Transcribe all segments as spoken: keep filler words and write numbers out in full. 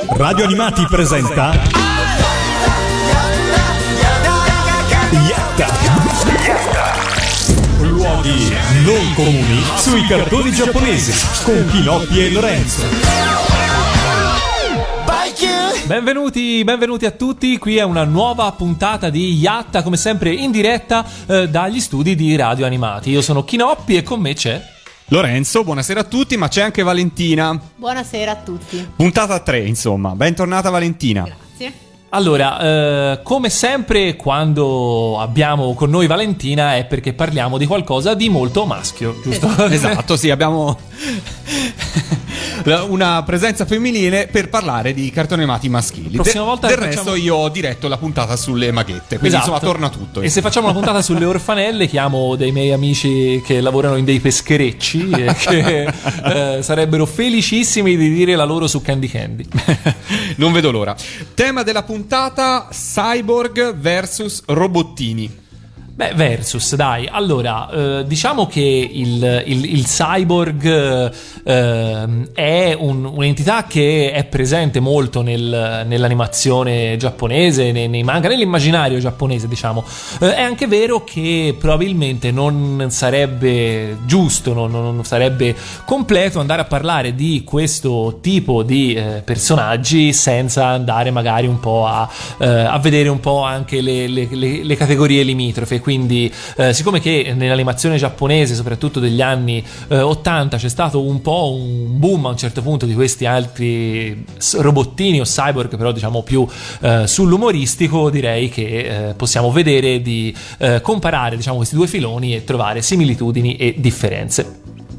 Radio Animati presenta Yatta. Luoghi non comuni sui cartoni giapponesi con Kinoppi e Lorenzo. Benvenuti, benvenuti a tutti, qui è una nuova puntata di Yatta, come sempre in diretta eh, dagli studi di Radio Animati. Io sono Kinoppi e con me c'è Lorenzo, buonasera a tutti, ma c'è anche Valentina. Buonasera a tutti. Puntata tre, insomma, bentornata Valentina. Grazie. Allora, eh, come sempre quando abbiamo con noi Valentina è perché parliamo di qualcosa di molto maschio, giusto? Esatto, sì, abbiamo una presenza femminile per parlare di cartoni animati maschili. Prossima De- volta del facciamo... resto io ho diretto la puntata sulle maghette, quindi esatto. Insomma torna tutto. E se facciamo una puntata sulle orfanelle, chiamo dei miei amici che lavorano in dei pescherecci e che eh, sarebbero felicissimi di dire la loro su Candy Candy. Non vedo l'ora. Tema della puntata: cyborg versus robottini. Beh, versus, dai. Allora, eh, diciamo che il, il, il cyborg eh, è un, un'entità che è presente molto nel, nell'animazione giapponese, nei, nei manga, nell'immaginario giapponese, diciamo. Eh, è anche vero che probabilmente non sarebbe giusto, non, non sarebbe completo andare a parlare di questo tipo di eh, personaggi senza andare magari un po' a, eh, a vedere un po' anche le, le, le, le categorie limitrofe. Quindi eh, siccome che nell'animazione giapponese soprattutto degli anni eh, ottanta c'è stato un po' un boom a un certo punto di questi altri robottini o cyborg, però diciamo più eh, sull'umoristico, direi che eh, possiamo vedere di eh, comparare diciamo questi due filoni e trovare similitudini e differenze.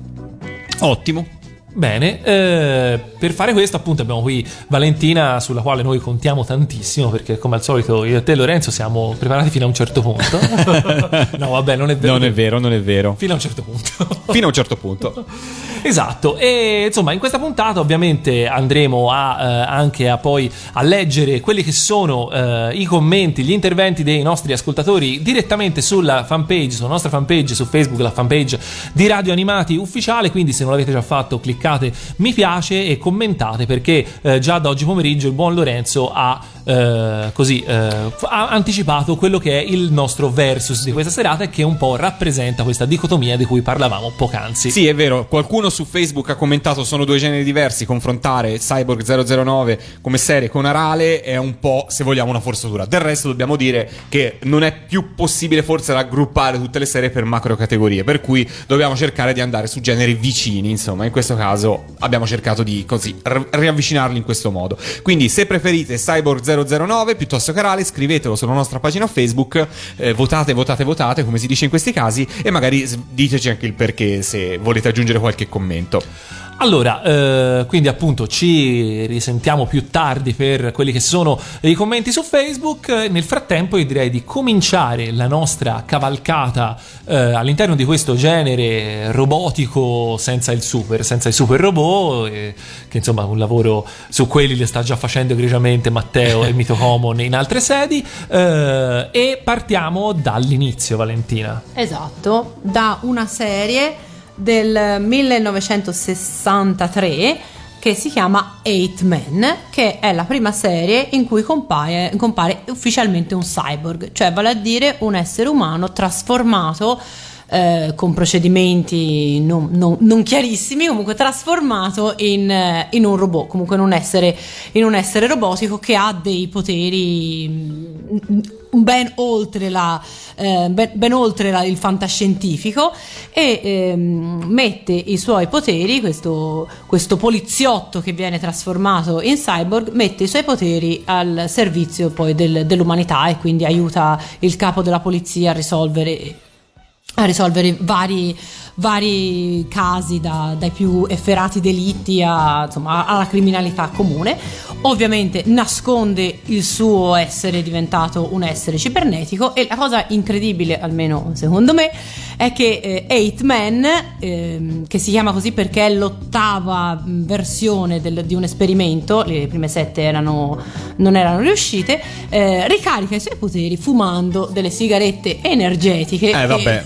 Ottimo. Bene, eh, per fare questo appunto abbiamo qui Valentina, sulla quale noi contiamo tantissimo, perché come al solito io e te Lorenzo siamo preparati fino a un certo punto. No vabbè, non è vero. Non è vero, non è vero. Fino a un certo punto. Fino a un certo punto. Esatto, e insomma in questa puntata ovviamente andremo a, eh, anche a poi a leggere quelli che sono eh, i commenti, gli interventi dei nostri ascoltatori direttamente sulla fanpage, sulla nostra fanpage su Facebook, la fanpage di Radio Animati Ufficiale, quindi se non l'avete già fatto cliccate mi piace e commentate, perché eh, già da oggi pomeriggio il buon Lorenzo ha eh, così eh, ha anticipato quello che è il nostro versus di questa serata e che un po' rappresenta questa dicotomia di cui parlavamo poc'anzi. Sì, è vero, qualcuno su Facebook ha commentato sono due generi diversi, confrontare Cyborg zero zero nove come serie con Arale è un po', se vogliamo, una forzatura. Del resto dobbiamo dire che non è più possibile forse raggruppare tutte le serie per macro categorie, per cui dobbiamo cercare di andare su generi vicini, insomma in questo caso abbiamo cercato di così r- riavvicinarli in questo modo. Quindi se preferite Cyborg zero zero nove piuttosto che Arale, scrivetelo sulla nostra pagina Facebook, eh, votate, votate, votate come si dice in questi casi, e magari diteci anche il perché se volete aggiungere qualche commento. Allora, eh, quindi appunto ci risentiamo più tardi per quelli che sono i commenti su Facebook. Nel frattempo io direi di cominciare la nostra cavalcata eh, all'interno di questo genere robotico senza il super, senza i super robot, eh, che insomma un lavoro su quelli le sta già facendo egregiamente Matteo e Mito Common in altre sedi, eh, e partiamo dall'inizio, Valentina. Esatto, da una serie del millenovecentosessantatré che si chiama Eight Men, che è la prima serie in cui compare, compare ufficialmente un cyborg, cioè vale a dire un essere umano trasformato eh, con procedimenti non, non, non chiarissimi, comunque trasformato in, in un robot, comunque in un essere, in un essere robotico che ha dei poteri ben oltre la eh, ben, ben oltre la, il fantascientifico, e ehm, mette i suoi poteri, questo, questo poliziotto che viene trasformato in cyborg mette i suoi poteri al servizio poi del, dell'umanità, e quindi aiuta il capo della polizia a risolvere a risolvere vari vari casi, da, dai più efferati delitti a, insomma, alla criminalità comune. Ovviamente nasconde il suo essere diventato un essere cibernetico, e la cosa incredibile, almeno secondo me, è che eh, Eight Men, ehm, che si chiama così perché è l'ottava versione del, di un esperimento, le prime sette erano, non erano riuscite, eh, ricarica i suoi poteri fumando delle sigarette energetiche. Eh vabbè,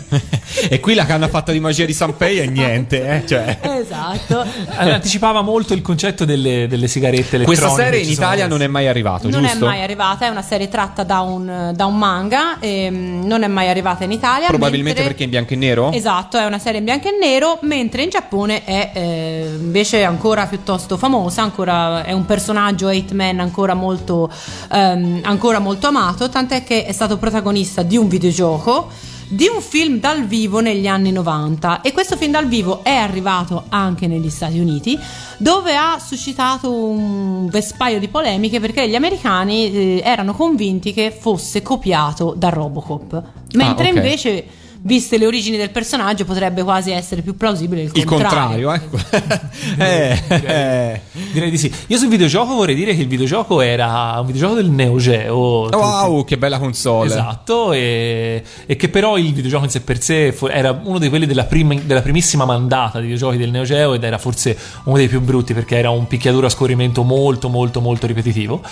e qui la canna fatta di magia di Sanpei è niente, eh? Cioè. Esatto. Anticipava molto il concetto delle, delle sigarette elettroniche. Questa serie in ci sono Italia adesso. non è mai arrivato, Non giusto? è mai arrivata, è una serie tratta da un, da un manga, ehm, non è mai arrivata in Italia. Probabilmente mentre- perché è in bianco e nero? Esatto, è una serie in bianco e nero, mentre in Giappone è eh, invece ancora piuttosto famosa, ancora è un personaggio Eight Men ancora molto, ehm, ancora molto amato, tant'è che è stato protagonista di un videogioco, di un film dal vivo negli anni novanta, e questo film dal vivo è arrivato anche negli Stati Uniti, dove ha suscitato un vespaio di polemiche perché gli americani eh, erano convinti che fosse copiato da Robocop, mentre Ah, ok. invece, viste le origini del personaggio, potrebbe quasi essere più plausibile il Il contrario. contrario, ecco. eh, eh. Direi di sì. Io sul videogioco vorrei dire che il videogioco era un videogioco del Neo Geo. Wow, che bella console. Esatto, e, e che però il videogioco in sé per sé fu- era uno di quelli della, prima, della primissima mandata di videogiochi del Neo Geo, ed era forse uno dei più brutti perché era un picchiaduro a scorrimento molto molto molto ripetitivo.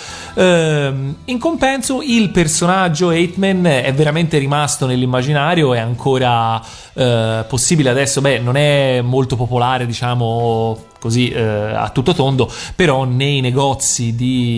Ehm, in compenso il personaggio Eight Men è veramente rimasto nell'immaginario, è ancora eh, possibile adesso. Beh, non è molto popolare, diciamo così, eh, a tutto tondo, però nei negozi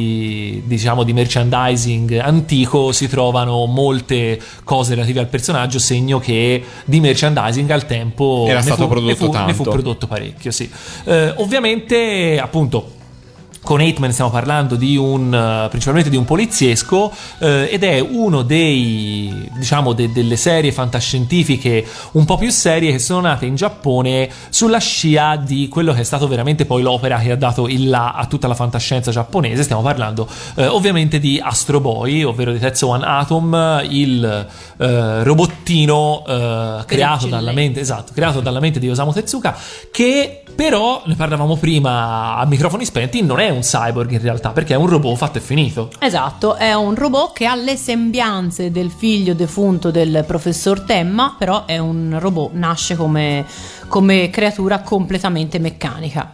di, diciamo, di merchandising antico si trovano molte cose relative al personaggio, segno che di merchandising al tempo Era ne stato fu, prodotto ne fu, ne fu tanto. prodotto parecchio, sì. Eh, ovviamente, appunto, con Eight Men stiamo parlando di un uh, principalmente di un poliziesco, eh, ed è uno dei, diciamo, de- delle serie fantascientifiche un po' più serie che sono nate in Giappone sulla scia di quello che è stato veramente poi l'opera che ha dato il là a tutta la fantascienza giapponese. Stiamo parlando eh, ovviamente di Astro Boy, ovvero di Tetsuo One Atom, il eh, robottino eh, creato dalla mente, esatto, creato dalla mente di Osamu Tezuka, che però, ne parlavamo prima a microfoni spenti, non è un cyborg in realtà, perché è un robot fatto e finito. Esatto, è un robot che ha le sembianze del figlio defunto del professor Temma, però è un robot, nasce come, come creatura completamente meccanica.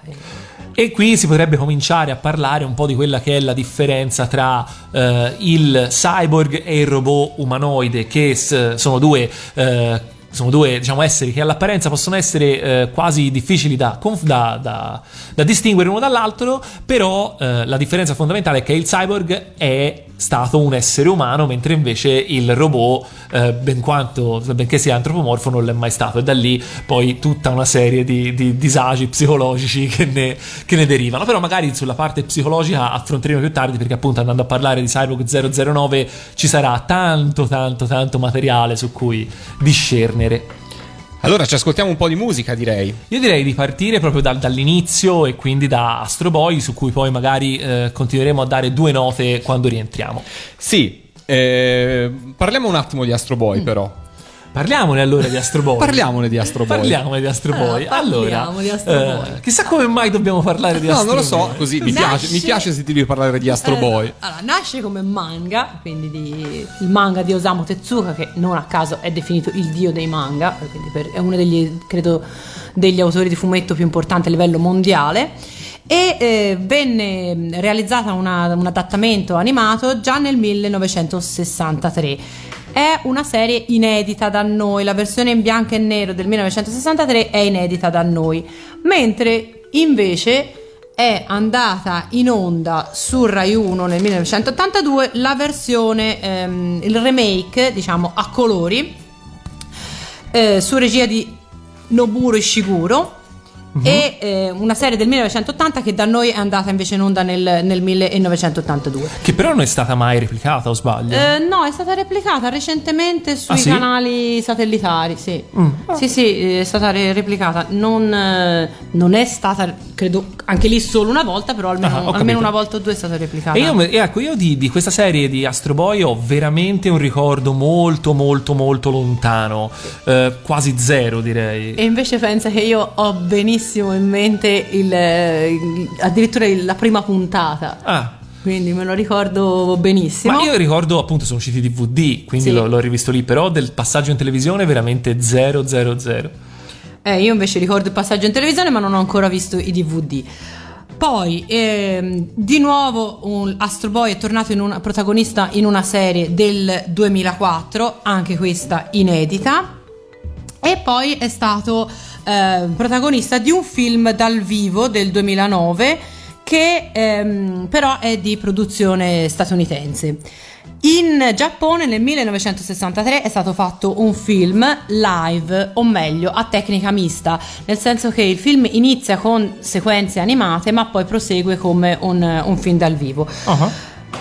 E qui si potrebbe cominciare a parlare un po' di quella che è la differenza tra eh, il cyborg e il robot umanoide, che s- sono due eh, sono due, diciamo, esseri che all'apparenza possono essere eh, quasi difficili da, conf- da, da, da distinguere uno dall'altro, però eh, la differenza fondamentale è che il cyborg è stato un essere umano, mentre invece il robot, eh, ben quanto, benché sia antropomorfo, non l'è mai stato, e da lì poi tutta una serie di, di disagi psicologici che ne, che ne derivano. Però magari sulla parte psicologica affronteremo più tardi, perché appunto andando a parlare di Cyborg zero zero nove ci sarà tanto tanto tanto materiale su cui discernere. Allora ci ascoltiamo un po' di musica, direi. Io direi di partire proprio dal- dall'inizio, e quindi da Astro Boy, su cui poi magari eh, continueremo a dare due note quando rientriamo. Sì, eh, parliamo un attimo di Astro Boy, però. Parliamone allora di Astro Boy. Parliamone di Astro Boy. Parliamone di Astro Boy. Allora, Allora, parliamo di Astro eh, Boy. chissà come mai dobbiamo parlare di No, Astro non lo Boy. so, così mi Nasce- piace, mi piace sentirvi parlare di Astro Eh, Boy. Allora, nasce come manga, quindi di, il manga di Osamu Tezuka, che non a caso è definito il dio dei manga, quindi per- è uno degli, credo, degli autori di fumetto più importanti a livello mondiale. E eh, venne realizzata una- un adattamento animato già nel millenovecentosessantatré. È una serie inedita da noi, la versione in bianco e nero del millenovecentosessantatré è inedita da noi, mentre invece è andata in onda su Rai uno nel millenovecentottantadue la versione, ehm, il remake, diciamo, a colori, eh, su regia di Noburo Ishiguro. E eh, una serie del millenovecentottanta che da noi è andata invece in onda nel, nel millenovecentottantadue. Che però non è stata mai replicata, o sbaglio? Eh, no, è stata replicata recentemente sui Ah, sì? canali satellitari, sì. Mm. Sì, sì, è stata re- replicata. Non, eh, non è stata, credo, anche lì solo una volta, però almeno, Ah, ho capito. almeno una volta o due è stata replicata. E io, e ecco, io di, di questa serie di Astro Boy ho veramente un ricordo molto molto molto lontano, eh, quasi zero, direi. E invece pensa che io ho benissimo in mente il, il- addirittura il- la prima puntata. Ah, quindi me lo ricordo benissimo. Ma io ricordo appunto sono usciti i D V D, quindi Sì. l'ho, l'ho rivisto lì, però del passaggio in televisione veramente zero zero zero. Eh, io invece ricordo il passaggio in televisione, ma non ho ancora visto i D V D. Poi, ehm, di nuovo, un Astro Boy è tornato in una, protagonista in una serie del duemilaquattro, anche questa inedita. E poi è stato eh, protagonista di un film dal vivo del duemilanove che ehm, però è di produzione statunitense. In Giappone nel millenovecentosessantatré è stato fatto un film live, o meglio a tecnica mista, nel senso che il film inizia con sequenze animate ma poi prosegue come un, un film dal vivo. Uh-huh.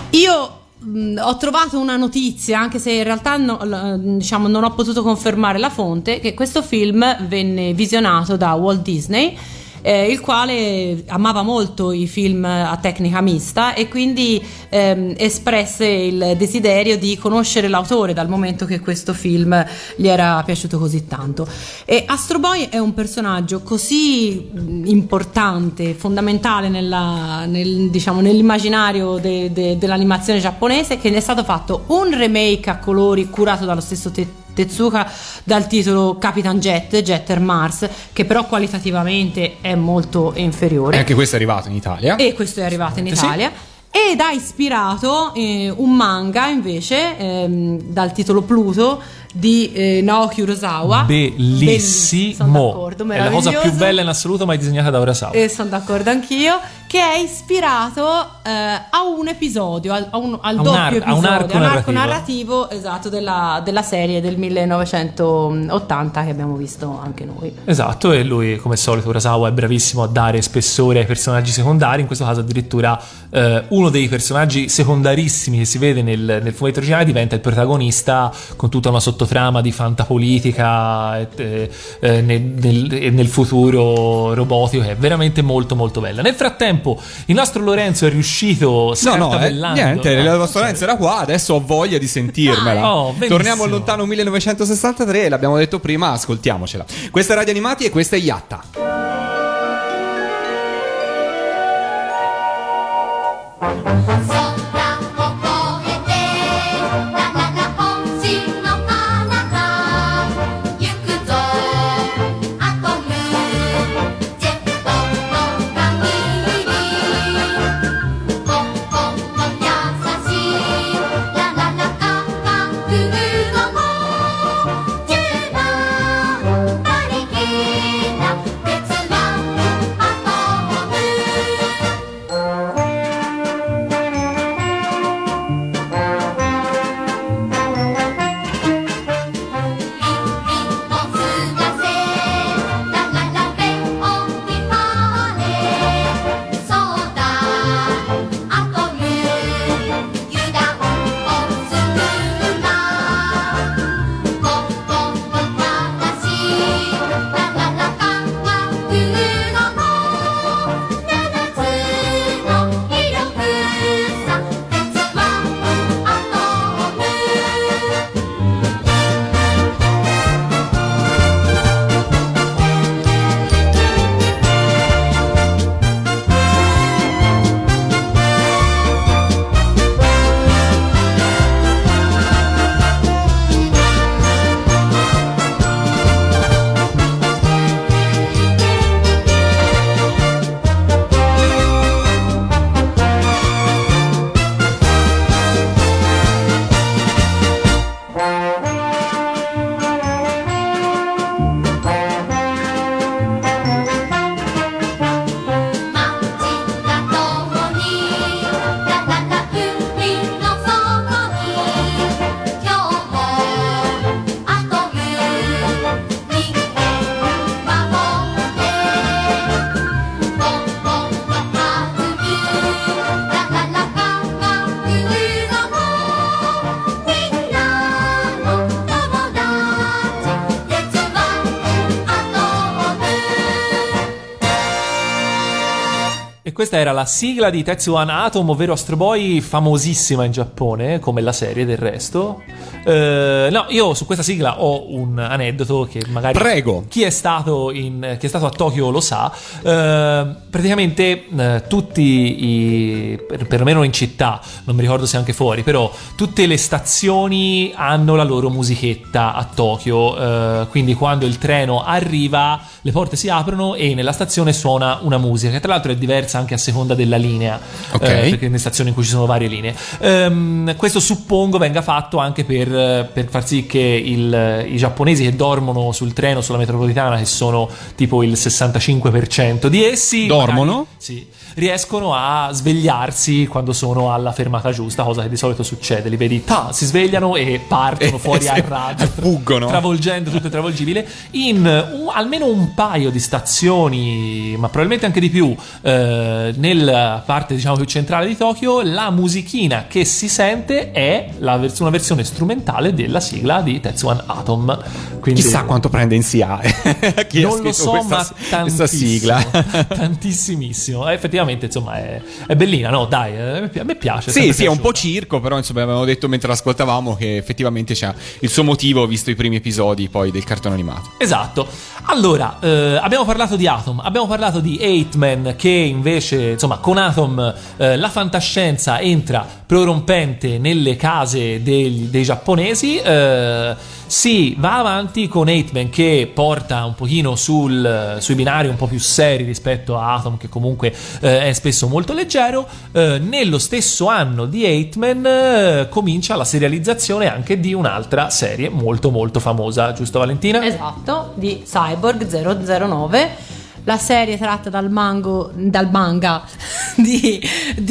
Io mh, ho trovato una notizia, anche se in realtà no, l- diciamo, non ho potuto confermare la fonte, che questo film venne visionato da Walt Disney, Eh, il quale amava molto i film a tecnica mista e quindi ehm, espresse il desiderio di conoscere l'autore, dal momento che questo film gli era piaciuto così tanto. E Astro Boy è un personaggio così mh, importante, fondamentale nella, nel, diciamo, nell'immaginario de, de, dell'animazione giapponese, che ne è stato fatto un remake a colori curato dallo stesso te- Tezuka dal titolo Capitan Jet, Jetter Mars, che però qualitativamente è molto inferiore. E anche questo è arrivato in Italia. E questo è arrivato in Sì. Italia. Ed ha ispirato eh, un manga invece ehm, dal titolo Pluto di eh, Naoki Urasawa. Bellissimo. Sono d'accordo, È la cosa più meraviglioso. bella in assoluto mai disegnata da Urasawa. E sono d'accordo anch'io, che è ispirato eh, a un episodio, al, a un, al A un doppio ar- a episodio, un arco narrativo. narrativo, esatto, della, della serie del millenovecentottanta che abbiamo visto anche noi. Esatto, e lui come al solito Urasawa è bravissimo a dare spessore ai personaggi secondari, in questo caso addirittura eh, uno dei personaggi secondarissimi che si vede nel, nel fumetto originale diventa il protagonista, con tutta una sottotrama di fantapolitica e, eh, nel, nel, nel futuro robotico, che è veramente molto molto bella. Nel frattempo il nostro Lorenzo è riuscito No, no, eh, scartabellando. niente, Ah, la nostra Lorenzo era qua, adesso ho voglia di sentirmela. Dai. Oh, benissimo. Torniamo al lontano millenovecentosessantatré, l'abbiamo detto prima, ascoltiamocela. Questa è Radio Animati e questa è Yatta. 「 questa era la sigla di Tetsuwan Atom, ovvero Astro Boy, famosissima in Giappone, come la serie del resto. Eh, no, io su questa sigla ho un aneddoto che magari Prego. chi è stato, in, chi è stato a Tokyo lo sa. Eh, praticamente eh, tutti i, per, perlomeno in città, non mi ricordo se anche fuori, però tutte le stazioni hanno la loro musichetta a Tokyo. Eh, quindi quando il treno arriva, le porte si aprono e nella stazione suona una musica, che tra l'altro è diversa anche a seconda della linea, okay. eh, perché nelle stazioni in cui ci sono varie linee. Ehm, questo suppongo venga fatto anche per, per far sì che il, i giapponesi che dormono sul treno, sulla metropolitana, che sono tipo il sessantacinque per cento di essi, dormono? Magari, sì, riescono a svegliarsi quando sono alla fermata giusta, cosa che di solito succede. Li vedi, ta, si svegliano e partono fuori al radio, fuggono, travolgendo tutto il travolgibile in un, almeno un paio di stazioni, ma probabilmente anche di più, eh, nella parte diciamo più centrale di Tokyo. La musichina che si sente è la vers- una versione strumentale della sigla di Tetsuwan Atom. Quindi, chissà quanto prende in S I A E. Chi non ha lo so, questa, ma tantissimo, questa sigla tantissimissimo. Effettivamente insomma è, è bellina, no? Dai, a me piace. Sì, sì, piaciuta. È un po' circo, però insomma avevamo detto mentre l'ascoltavamo che effettivamente c'ha il suo motivo, visto i primi episodi poi del cartone animato. Esatto. Allora, eh, abbiamo parlato di Atom, abbiamo parlato di Eight Man, che invece, insomma, con Atom eh, la fantascienza entra prorompente nelle case dei, dei giapponesi. Eh, si va avanti con Eight Man, che porta un pochino sul, sui binari un po' più seri rispetto a Atom, che comunque eh, è spesso molto leggero. Eh, nello stesso anno di Eight Man eh, comincia la serializzazione anche di un'altra serie molto molto famosa, giusto Valentina? Esatto, di Cyborg zero zero nove, la serie tratta dal, mango, dal manga di,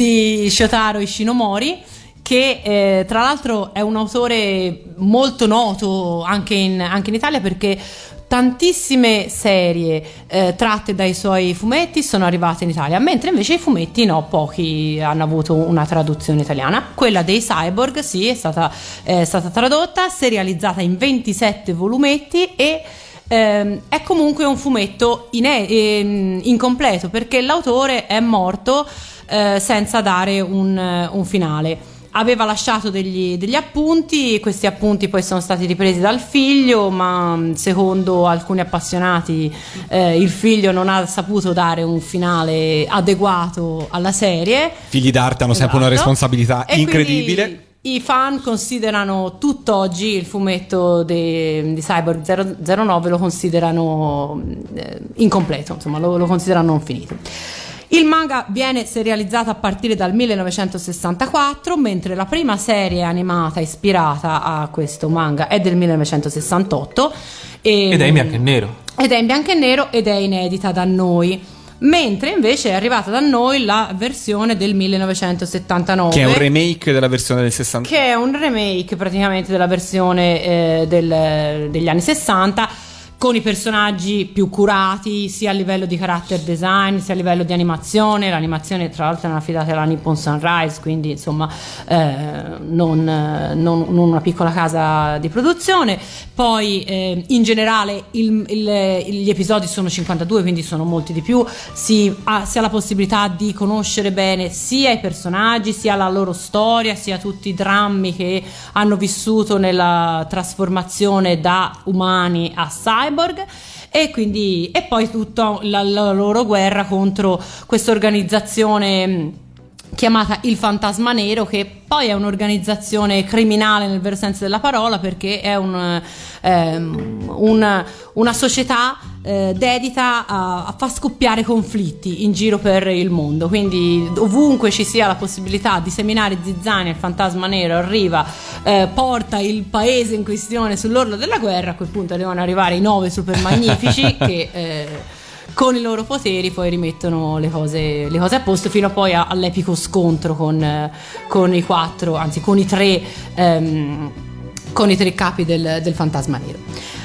di Shotaro Ishinomori, che eh, tra l'altro è un autore molto noto anche in, anche in Italia, perché tantissime serie eh, tratte dai suoi fumetti sono arrivate in Italia, mentre invece i fumetti no, pochi hanno avuto una traduzione italiana. Quella dei Cyborg sì, è stata, è stata tradotta, serializzata in ventisette volumetti e ehm, è comunque un fumetto ine- ehm, incompleto, perché l'autore è morto eh, senza dare un, un finale. Aveva lasciato degli, degli appunti, questi appunti poi sono stati ripresi dal figlio, ma secondo alcuni appassionati eh, il figlio non ha saputo dare un finale adeguato alla serie. Figli d'arte hanno Esatto. sempre una responsabilità E incredibile. I fan considerano tutt'oggi il fumetto de, di Cyborg zero zero nove, lo considerano eh, incompleto, insomma lo, lo considerano non finito. Il manga viene serializzato a partire dal millenovecentosessantaquattro, mentre la prima serie animata ispirata a questo manga è del millenovecentosessantotto e, ed è in bianco e nero ed è in bianco e nero ed è inedita da noi, mentre invece è arrivata da noi la versione del millenovecentosettantanove, che è un remake della versione del sessanta, che è un remake praticamente della versione eh, del, degli anni sessanta, con i personaggi più curati sia a livello di character design sia a livello di animazione. L'animazione tra l'altro è affidata alla Nippon Sunrise, quindi insomma eh, non, non, non una piccola casa di produzione. Poi eh, in generale il, il, gli episodi sono cinquantadue, quindi sono molti di più. Si ha, si ha la possibilità di conoscere bene sia i personaggi, sia la loro storia, sia tutti i drammi che hanno vissuto nella trasformazione da umani a cyborg. E quindi e poi tutta la, la loro guerra contro questa organizzazione chiamata il Fantasma Nero, che poi è un'organizzazione criminale nel vero senso della parola, perché è un, ehm, una, una società eh, dedita a, a far scoppiare conflitti in giro per il mondo. Quindi ovunque ci sia la possibilità di seminare zizzania, il Fantasma Nero arriva, eh, porta il paese in questione sull'orlo della guerra. A quel punto devono arrivare i nove super magnifici che eh, con i loro poteri poi rimettono le cose, le cose a posto, fino a poi a, all'epico scontro con, eh, con i quattro, anzi con i tre ehm, con i tre capi del, del Fantasma Nero.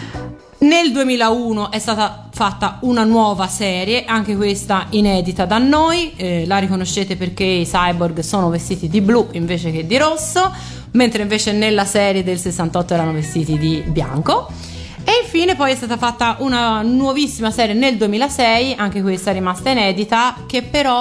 Nel duemilauno è stata fatta una nuova serie, anche questa inedita da noi, eh, la riconoscete perché i cyborg sono vestiti di blu invece che di rosso, mentre invece nella serie del sessantotto erano vestiti di bianco. E infine poi è stata fatta una nuovissima serie nel duemilasei, anche questa rimasta inedita, che però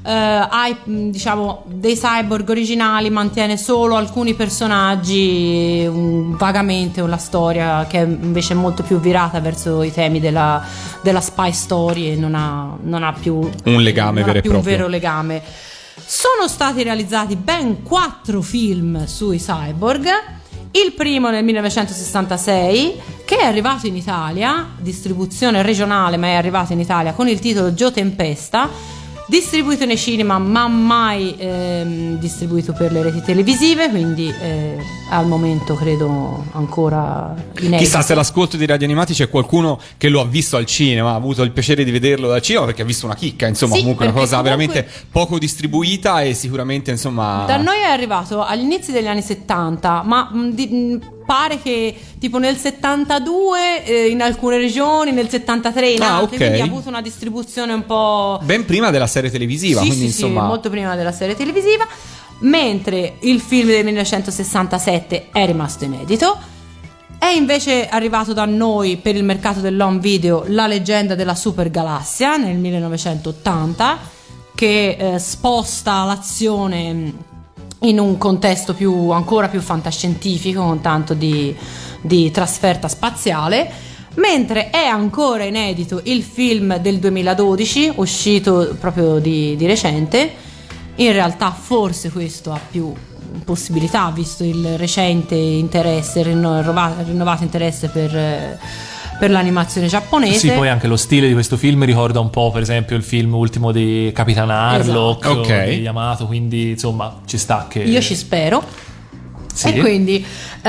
eh, hai mh, diciamo dei cyborg originali, mantiene solo alcuni personaggi, um, vagamente una storia che è invece molto più virata verso i temi della, della spy story e non ha, non ha più un legame non vero ha e più proprio. un vero legame. Sono stati realizzati ben quattro film sui cyborg. Il primo nel millenovecentosessantasei, che è arrivato in Italia, distribuzione regionale, ma è arrivato in Italia con il titolo Joe Tempesta, distribuito nei cinema ma mai ehm, distribuito per le reti televisive, quindi eh, al momento credo ancora inedito. Chissà se all'ascolto di Radio Animati c'è qualcuno che lo ha visto al cinema, ha avuto il piacere di vederlo dal cinema, perché ha visto una chicca, insomma, Sì, comunque una cosa comunque veramente poco distribuita e sicuramente, insomma... Da noi è arrivato agli inizi degli anni settanta, ma mh, di, mh, pare che tipo nel settantadue eh, in alcune regioni, nel settantatré in Ah, altre, ok. quindi ha avuto una distribuzione un po'... Ben prima della serie televisiva, Sì, quindi sì, sì, insomma... molto prima della serie televisiva, mentre il film del millenovecentosessantasette è rimasto inedito. È invece arrivato da noi per il mercato dell'home video La leggenda della super galassia nel millenovecentottanta, che eh, sposta l'azione in un contesto più, ancora più fantascientifico, con tanto di, di trasferta spaziale. Mentre è ancora inedito il film del duemiladodici, uscito proprio di, di recente. In realtà forse questo ha più possibilità, visto il recente interesse, il rinnovato, il rinnovato interesse per, eh, per l'animazione giapponese. Sì, poi anche lo stile di questo film ricorda un po', per esempio, il film ultimo di Capitan Harlock, Esatto. Ok. di Yamato, quindi insomma ci sta che... Io ci spero. Sì. E quindi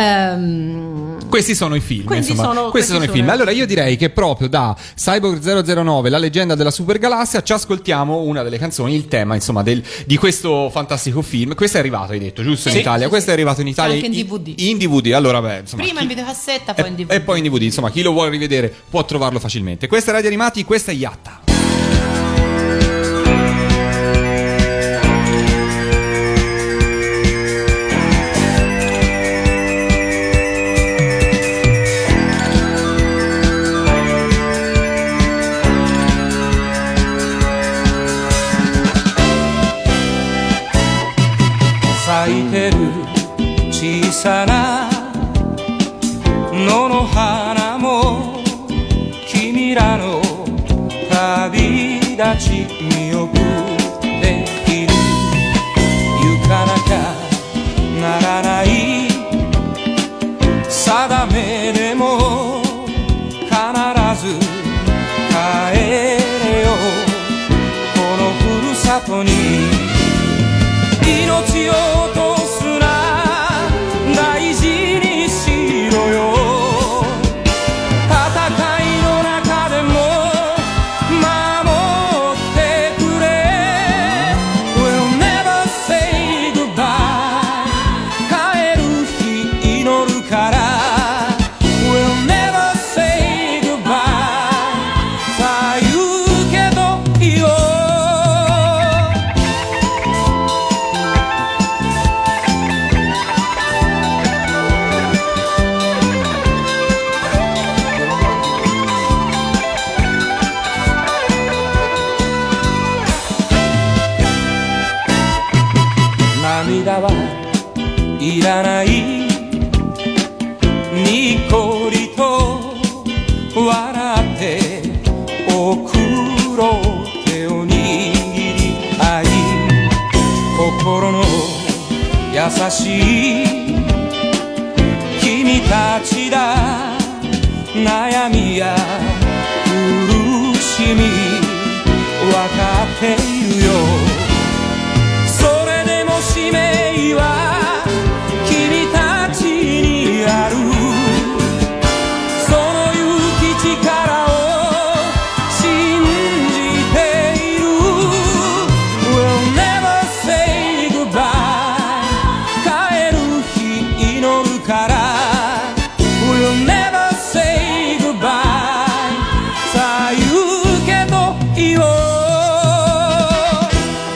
ehm, Questi sono i film, quindi insomma. sono- questi sono i questi film. sono- Allora io direi che proprio da Cyborg zero zero nove, La leggenda della super galassia, ci ascoltiamo una delle canzoni, il tema, insomma, del, di questo fantastico film. Questo è arrivato, hai detto, giusto? In Sì, Italia. sì, Questo sì. è arrivato in Italia Anche in D V D. In D V D. Allora, beh, insomma, prima chi- in videocassetta, poi in D V D. e, e poi in D V D, insomma, chi lo vuole rivedere può trovarlo facilmente. Questa è Radio Animati, questa è Yatta. 咲いてる小さな野の花も君らの旅立ち見送っている行かなきゃならない定めでも必ず帰れよこのふるさとに命を落とすな大事にしろよ戦いの中でも守ってくれ We'll never say goodbye 帰る日祈るから We'll never say goodbye さあ言うけどいいよ涙はいらないにっこりと笑って送ろう手を握り合い心の優しい君たちだ悩みや苦しみ分かっているよそれでも使命は君たちにあるその勇気力を信じている We'll never say goodbye 帰る日祈るから We'll never say goodbye さあ言うけどいいよ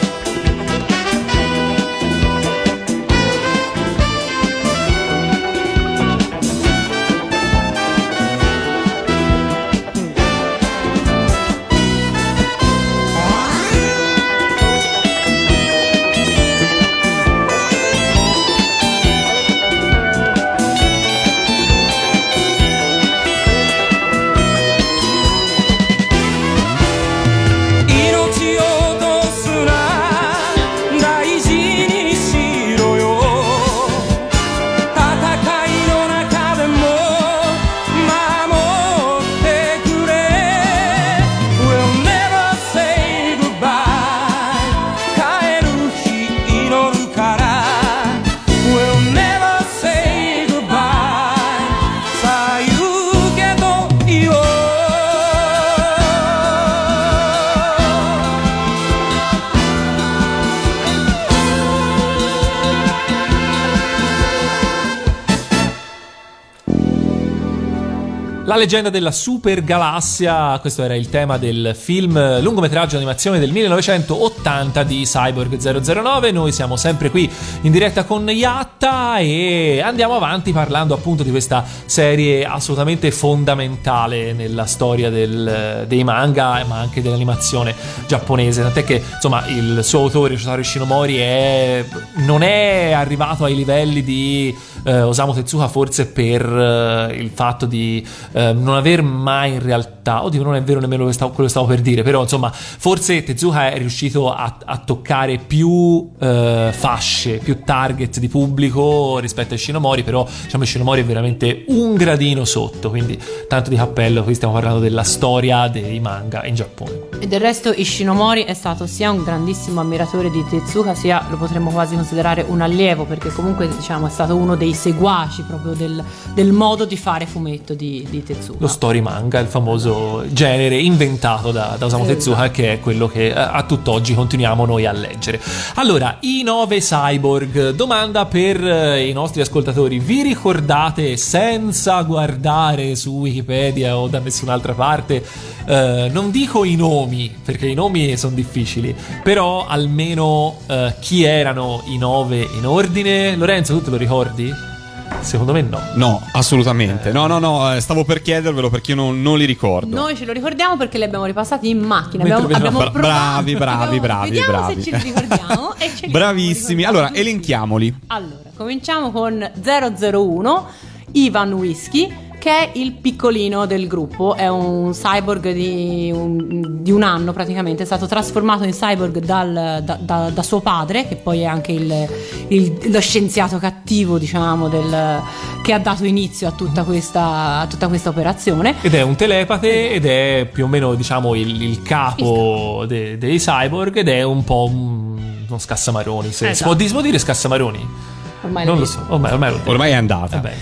La leggenda della super galassia, questo era il tema del film lungometraggio animazione del millenovecentottanta di Cyborg zero zero nove. Noi siamo sempre qui in diretta con Yatta e andiamo avanti parlando appunto di questa serie assolutamente fondamentale nella storia del, dei manga ma anche dell'animazione giapponese, tant'è che insomma il suo autore Yoshinori Shinomori è, non è arrivato ai livelli di eh, Osamu Tezuka forse per eh, il fatto di eh, non aver mai in realtà, oddio non è vero nemmeno quello che stavo, quello che stavo per dire, però insomma forse Tezuka è riuscito a, a toccare più eh, fasce, più target di pubblico rispetto a Shinomori, però diciamo Shinomori è veramente un gradino sotto, quindi tanto di cappello. Qui stiamo parlando della storia dei manga in Giappone. E del resto Ishinomori è stato sia un grandissimo ammiratore di Tezuka, sia lo potremmo quasi considerare un allievo, perché comunque diciamo è stato uno dei seguaci proprio del, del modo di fare fumetto di, di Tezuka. Lo story manga, il famoso genere inventato da, da Osamu Tezuka, esatto, che è quello che a, a tutt'oggi continuiamo noi a leggere. Allora, i nove cyborg, domanda per eh, i nostri ascoltatori: vi ricordate, senza guardare su Wikipedia o da nessun'altra parte, eh, non dico i nomi perché i nomi sono difficili, però almeno eh, chi erano i nove in ordine? Lorenzo, tu te lo ricordi? Secondo me no. No, assolutamente. No, no, no, stavo per chiedervelo perché io non, non li ricordo. Noi ce lo ricordiamo perché li abbiamo ripassati in macchina. Mentre Abbiamo, abbiamo bra- provato, bravi, bravi, abbiamo, bravi, vediamo bravi. se ce li ricordiamo e ce li Bravissimi. ricordiamo Allora, tutti. elenchiamoli. Allora, cominciamo con zero zero uno, Ivan Whisky, che è il piccolino del gruppo. È un cyborg di un, di un anno praticamente. È stato trasformato in cyborg dal, da, da, da suo padre, che poi è anche il, il, lo scienziato cattivo, diciamo, del, che ha dato inizio a tutta questa, a tutta questa operazione. Ed è un telepate ed è più o meno, diciamo, il, il capo de, dei cyborg ed è un po' un, uno scassamaroni. Se, Esatto. si, può, si può dire scassamaroni? Ormai Non l'ho lo detto. so, ormai, ormai l'ho detto. Ormai è andata. Va bene.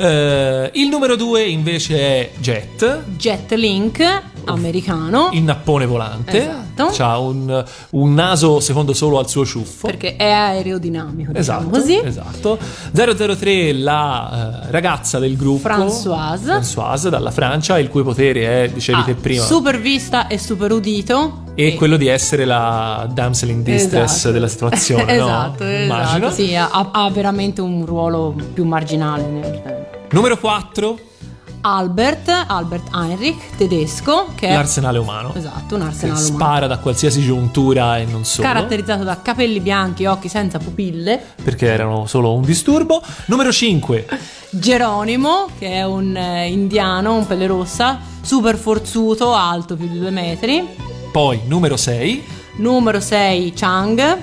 Eh, il numero due invece è Jet, Jet Link, americano, il nappone volante. Esatto. C'ha un, un naso secondo solo al suo ciuffo. perché è aerodinamico, diciamo Esatto, così. esatto. zero zero tre, la eh, ragazza del gruppo Françoise. Françoise dalla Francia, il cui potere è, dicevi Ah, te prima, super vista e super udito. e quello di essere la damsel in distress Esatto. della situazione, esatto, no? esatto, Immagino. sì, ha, ha veramente un ruolo più marginale nel- Numero quattro, Albert, Albert Heinrich, tedesco, che è l'arsenale umano. esatto, un Che arsenale umano, spara da qualsiasi giuntura e non solo, caratterizzato da capelli bianchi, occhi senza pupille. perché erano solo un disturbo. Numero cinque, Geronimo, che è un eh, indiano, un pelle rossa, super forzuto, alto più di due metri. poi numero sei, Numero sei, Chang,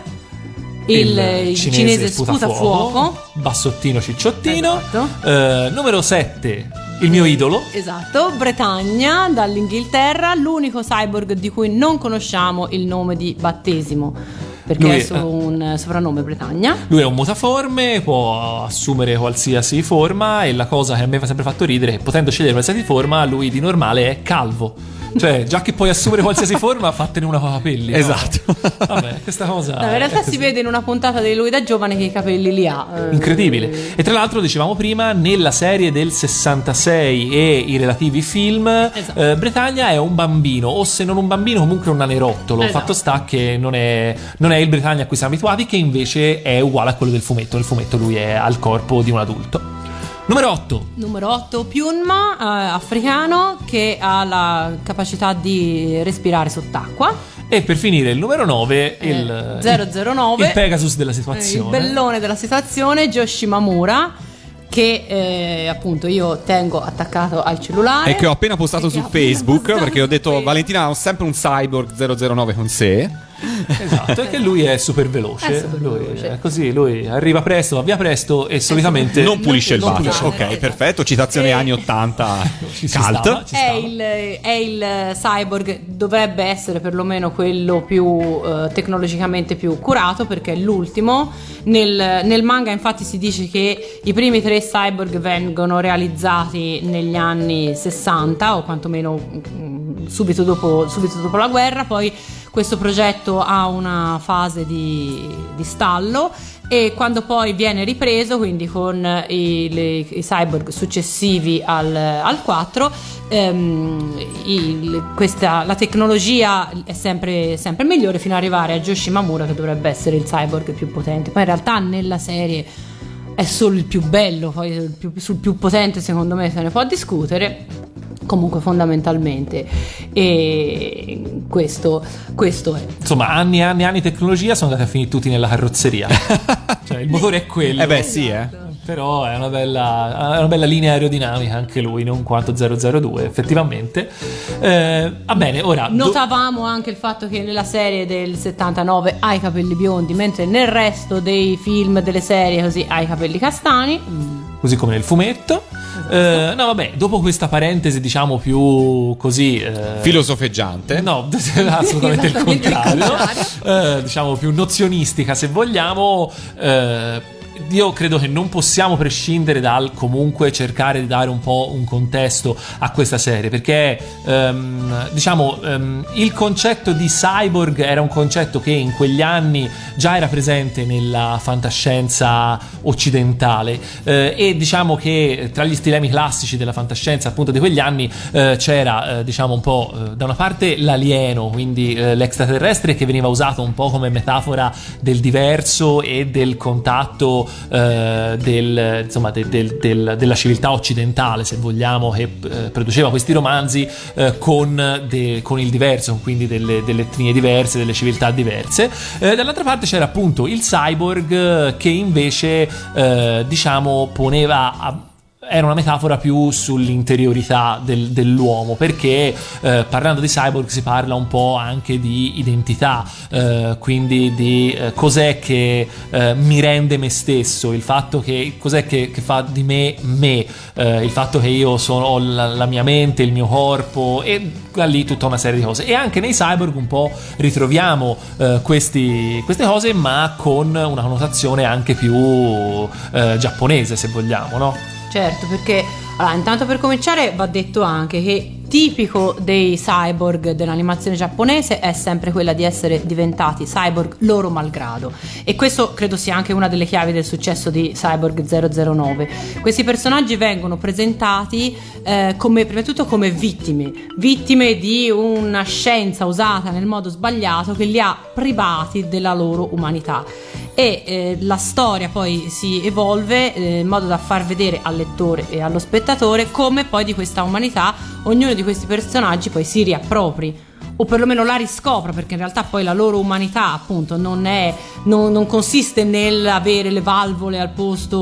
il, il cinese, sputafuoco. bassottino cicciottino. Esatto. Eh, numero sette, il mio idolo, Esatto, Bretagna, dall'Inghilterra, l'unico cyborg di cui non conosciamo il nome di battesimo, perché Lui è è- solo un soprannome Bretagna. lui è un mutaforme, può assumere qualsiasi forma, e la cosa che a me ha sempre fatto ridere è che, potendo scegliere qualsiasi forma, lui di normale è calvo. Cioè, già che puoi assumere qualsiasi forma, fattene una con i capelli, no? Esatto. Vabbè, questa cosa No, in realtà è si così. vede in una puntata di lui da giovane che i capelli li ha. eh. Incredibile. E tra l'altro, dicevamo prima, nella serie del sessantasei e i relativi film, Esatto. eh, Bretagna è un bambino, o se non un bambino comunque un nanerottolo. Esatto. Fatto sta che non è, non è il Bretagna a cui siamo abituati, che invece è uguale a quello del fumetto. Nel fumetto lui è al corpo di un adulto. Numero otto, Numero otto, Pyunma, eh, africano, che ha la capacità di respirare sott'acqua. e per finire il numero nove, Eh, il, zero zero nove, il Pegasus della eh, situazione. il bellone della situazione, Yoshimamura, che eh, appunto io tengo attaccato al cellulare E che ho appena postato E che su ho appena Facebook, postato perché ho su detto Facebook. Valentina ha sempre un cyborg zero zero nove con sé. Esatto, è che lui è super veloce. È super lui veloce. è così, lui arriva presto, va via presto e solitamente Non pulisce il non water. pulisce. Ok, Esatto. perfetto. Citazione E- anni ottanta. ci si Cult. stava, ci È stava. il, è il cyborg, dovrebbe essere perlomeno quello più eh, tecnologicamente più curato, perché è l'ultimo. Nel, nel manga infatti si dice che i primi tre cyborg vengono realizzati negli anni sessanta o quantomeno mm, subito dopo, subito dopo la guerra, poi questo progetto ha una fase di, di stallo e quando poi viene ripreso, quindi con i, le, i cyborg successivi al, al quattro, ehm, il, questa, la tecnologia è sempre, sempre migliore fino ad arrivare a Joe Shimamura, che dovrebbe essere il cyborg più potente. Poi in realtà nella serie è solo il più bello, poi sul più, sul più potente secondo me se ne può discutere. Comunque fondamentalmente e questo, questo è. Insomma, anni e anni e anni di tecnologia sono andati a finire tutti nella carrozzeria. Cioè il motore è quello. Eh beh sì, eh. Però è una bella, è una bella linea aerodinamica anche lui, non quanto zero zero due effettivamente. Eh, va bene, ora notavamo do- anche il fatto che nella serie del settantanove ha i capelli biondi, mentre nel resto dei film, delle serie così, ha i capelli castani, così come nel fumetto. Eh, no vabbè, dopo questa parentesi diciamo più così eh, filosofeggiante, no, assolutamente il contrario, il contrario. Eh, diciamo più nozionistica se vogliamo, eh, io credo che non possiamo prescindere dal comunque cercare di dare un po' un contesto a questa serie, perché ehm, diciamo ehm, il concetto di cyborg era un concetto che in quegli anni già era presente nella fantascienza occidentale, eh, e diciamo che tra gli stilemi classici della fantascienza appunto di quegli anni eh, c'era eh, diciamo un po' eh, da una parte l'alieno, quindi eh, l'extraterrestre, che veniva usato un po' come metafora del diverso e del contatto Uh, del, insomma, de, del, del, della civiltà occidentale, se vogliamo, che uh, produceva questi romanzi uh, con, de, con il diverso, quindi delle, delle etnie diverse, delle civiltà diverse. Uh, dall'altra parte c'era appunto il cyborg, uh, che invece uh, diciamo poneva a, era una metafora più sull'interiorità del, dell'uomo, perché eh, parlando di cyborg si parla un po' anche di identità, eh, quindi di eh, cos'è che eh, mi rende me stesso, il fatto che cos'è che, che fa di me me, eh, il fatto che io sono, ho la, la mia mente, il mio corpo, e da lì tutta una serie di cose. E anche nei cyborg un po' ritroviamo eh, questi, queste cose, ma con una connotazione anche più eh, giapponese, se vogliamo, no? Certo, perché allora, intanto per cominciare va detto anche che tipico dei cyborg dell'animazione giapponese è sempre quella di essere diventati cyborg loro malgrado, e questo credo sia anche una delle chiavi del successo di Cyborg zero zero nove. Questi personaggi vengono presentati eh, come, prima di tutto, come vittime vittime di una scienza usata nel modo sbagliato che li ha privati della loro umanità, e eh, la storia poi si evolve eh, in modo da far vedere al lettore e allo spettatore come poi di questa umanità ognuno di questi personaggi poi si riappropri, o perlomeno la riscopra, perché in realtà poi la loro umanità appunto non è non, non consiste nell'avere le valvole al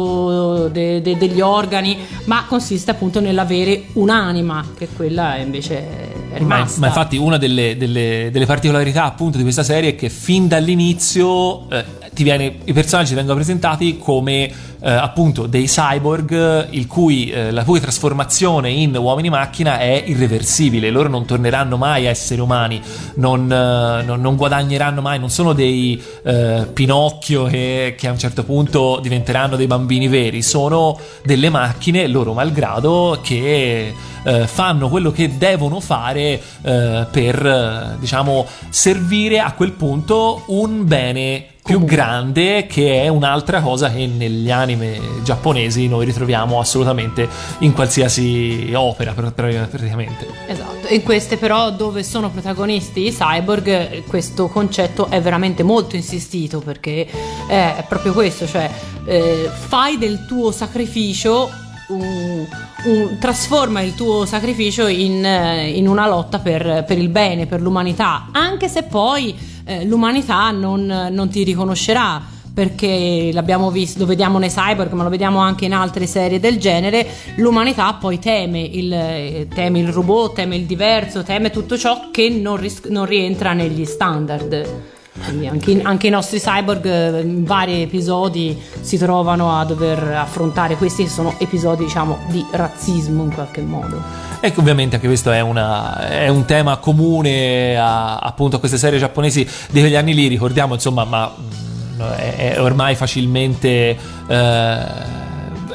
posto de, de, degli organi, ma consiste appunto nell'avere un'anima, che quella invece è rimasta. Ma, ma infatti una delle, delle, delle particolarità appunto di questa serie è che fin dall'inizio eh, ti viene, i personaggi vengono presentati come eh, appunto dei cyborg il cui, eh, la cui trasformazione in uomini macchina è irreversibile, loro non torneranno mai a essere umani, non, eh, non, non guadagneranno mai, non sono dei eh, Pinocchio che, che a un certo punto diventeranno dei bambini veri, sono delle macchine loro malgrado che eh, fanno quello che devono fare eh, per eh, diciamo servire a quel punto un bene più grande, che è un'altra cosa che negli anime giapponesi noi ritroviamo assolutamente in qualsiasi opera praticamente. Esatto, in queste però dove sono protagonisti i cyborg questo concetto è veramente molto insistito, perché è proprio questo, cioè eh, fai del tuo sacrificio un, un, trasforma il tuo sacrificio in, in una lotta per, per il bene, per l'umanità, anche se poi l'umanità non, non ti riconoscerà, perché l'abbiamo visto, lo vediamo nei cyborg, ma lo vediamo anche in altre serie del genere. L'umanità poi teme il, teme il robot, teme il diverso, teme tutto ciò che non, ris- non rientra negli standard. Quindi anche, in, anche i nostri cyborg in vari episodi si trovano a dover affrontare questi che sono episodi, diciamo, di razzismo in qualche modo. Ecco, ovviamente anche questo è, una, è un tema comune a, appunto a queste serie giapponesi di quegli anni lì, ricordiamo insomma, ma è, è ormai facilmente eh,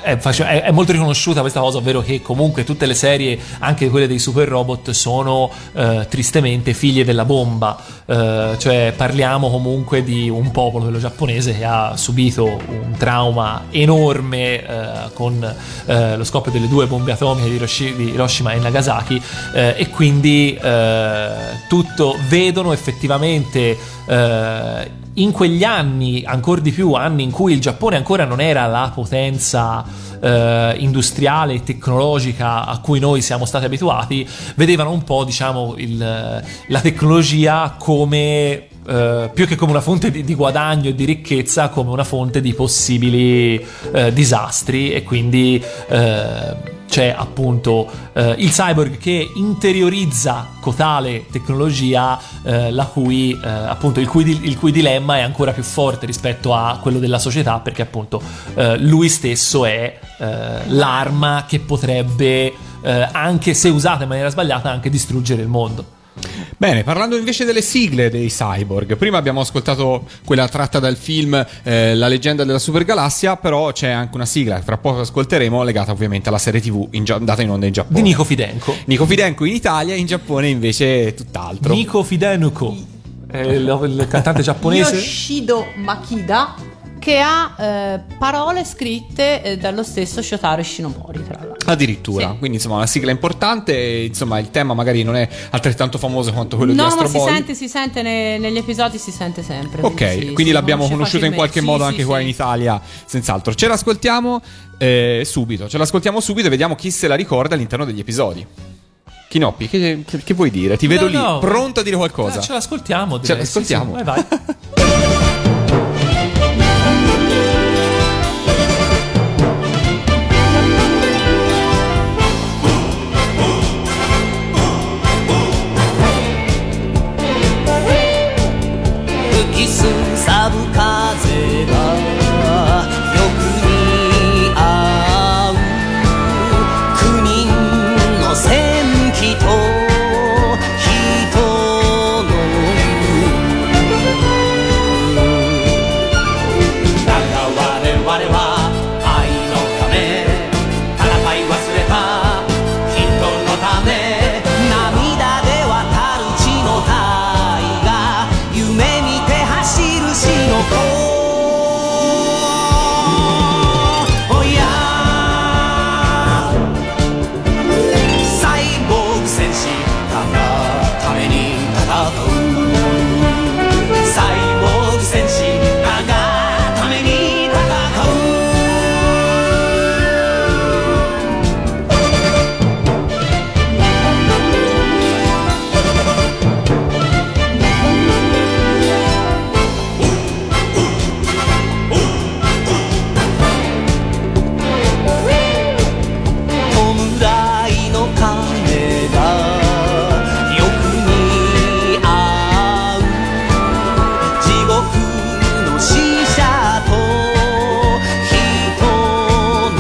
è, è, è molto riconosciuta questa cosa, ovvero che comunque tutte le serie, anche quelle dei super robot, sono eh, tristemente figlie della bomba, eh, cioè parliamo comunque di un popolo, quello giapponese, che ha subito un trauma enorme eh, con eh, lo scoppio delle due bombe atomiche di, Hiroshi, di Hiroshima e Nagasaki, eh, e quindi eh, tutto vedono effettivamente eh, in quegli anni, ancora di più, anni in cui il Giappone ancora non era la potenza eh, industriale e tecnologica a cui noi siamo stati abituati, vedevano un po', diciamo, il, la tecnologia come Uh, più che come una fonte di, di guadagno e di ricchezza, come una fonte di possibili uh, disastri, e quindi uh, c'è appunto uh, il cyborg che interiorizza cotale tecnologia, uh, la cui uh, appunto il cui, il cui dilemma è ancora più forte rispetto a quello della società, perché appunto uh, lui stesso è uh, l'arma che potrebbe, uh, anche se usata in maniera sbagliata, anche distruggere il mondo. Bene, parlando invece delle sigle dei cyborg, prima abbiamo ascoltato quella tratta dal film eh, La leggenda della supergalassia, però c'è anche una sigla che fra poco ascolteremo, legata ovviamente alla serie tv in, andata in onda in Giappone, di Nico Fidenko. Nico Fidenko in Italia, in Giappone invece è tutt'altro. Nico Fidenko, è il, il cantante giapponese Yoshido Makida, che ha eh, parole scritte eh, dallo stesso Shotaro Shinomori, tra l'altro. Addirittura, sì. Quindi insomma una sigla importante, e, insomma il tema magari non è altrettanto famoso quanto quello no, di Astro ma si Boy. sente, si sente ne, negli episodi, si sente sempre. Ok, quindi, quindi si, l'abbiamo si conosciuta in qualche sì, modo sì, anche sì, qua sì. in Italia, senz'altro. Ce l'ascoltiamo eh, subito, ce l'ascoltiamo subito e vediamo chi se la ricorda all'interno degli episodi. Chinoppi, che, che, che vuoi dire? Ti vedo No, lì, no. pronto a dire qualcosa. Eh, ce l'ascoltiamo, Ce direi. l'ascoltiamo. Sì, sì, vai, vai. 吹きすさぶ風が欲に合う九人の戦記と人のだが我々は愛のため戦い忘れた人のため涙で渡る血の大河夢見て走る死の子おやサイボーグ戦士だがために戦うサイボーグ戦士だがために戦う弔いの鐘が欲に合う地獄の使者と人の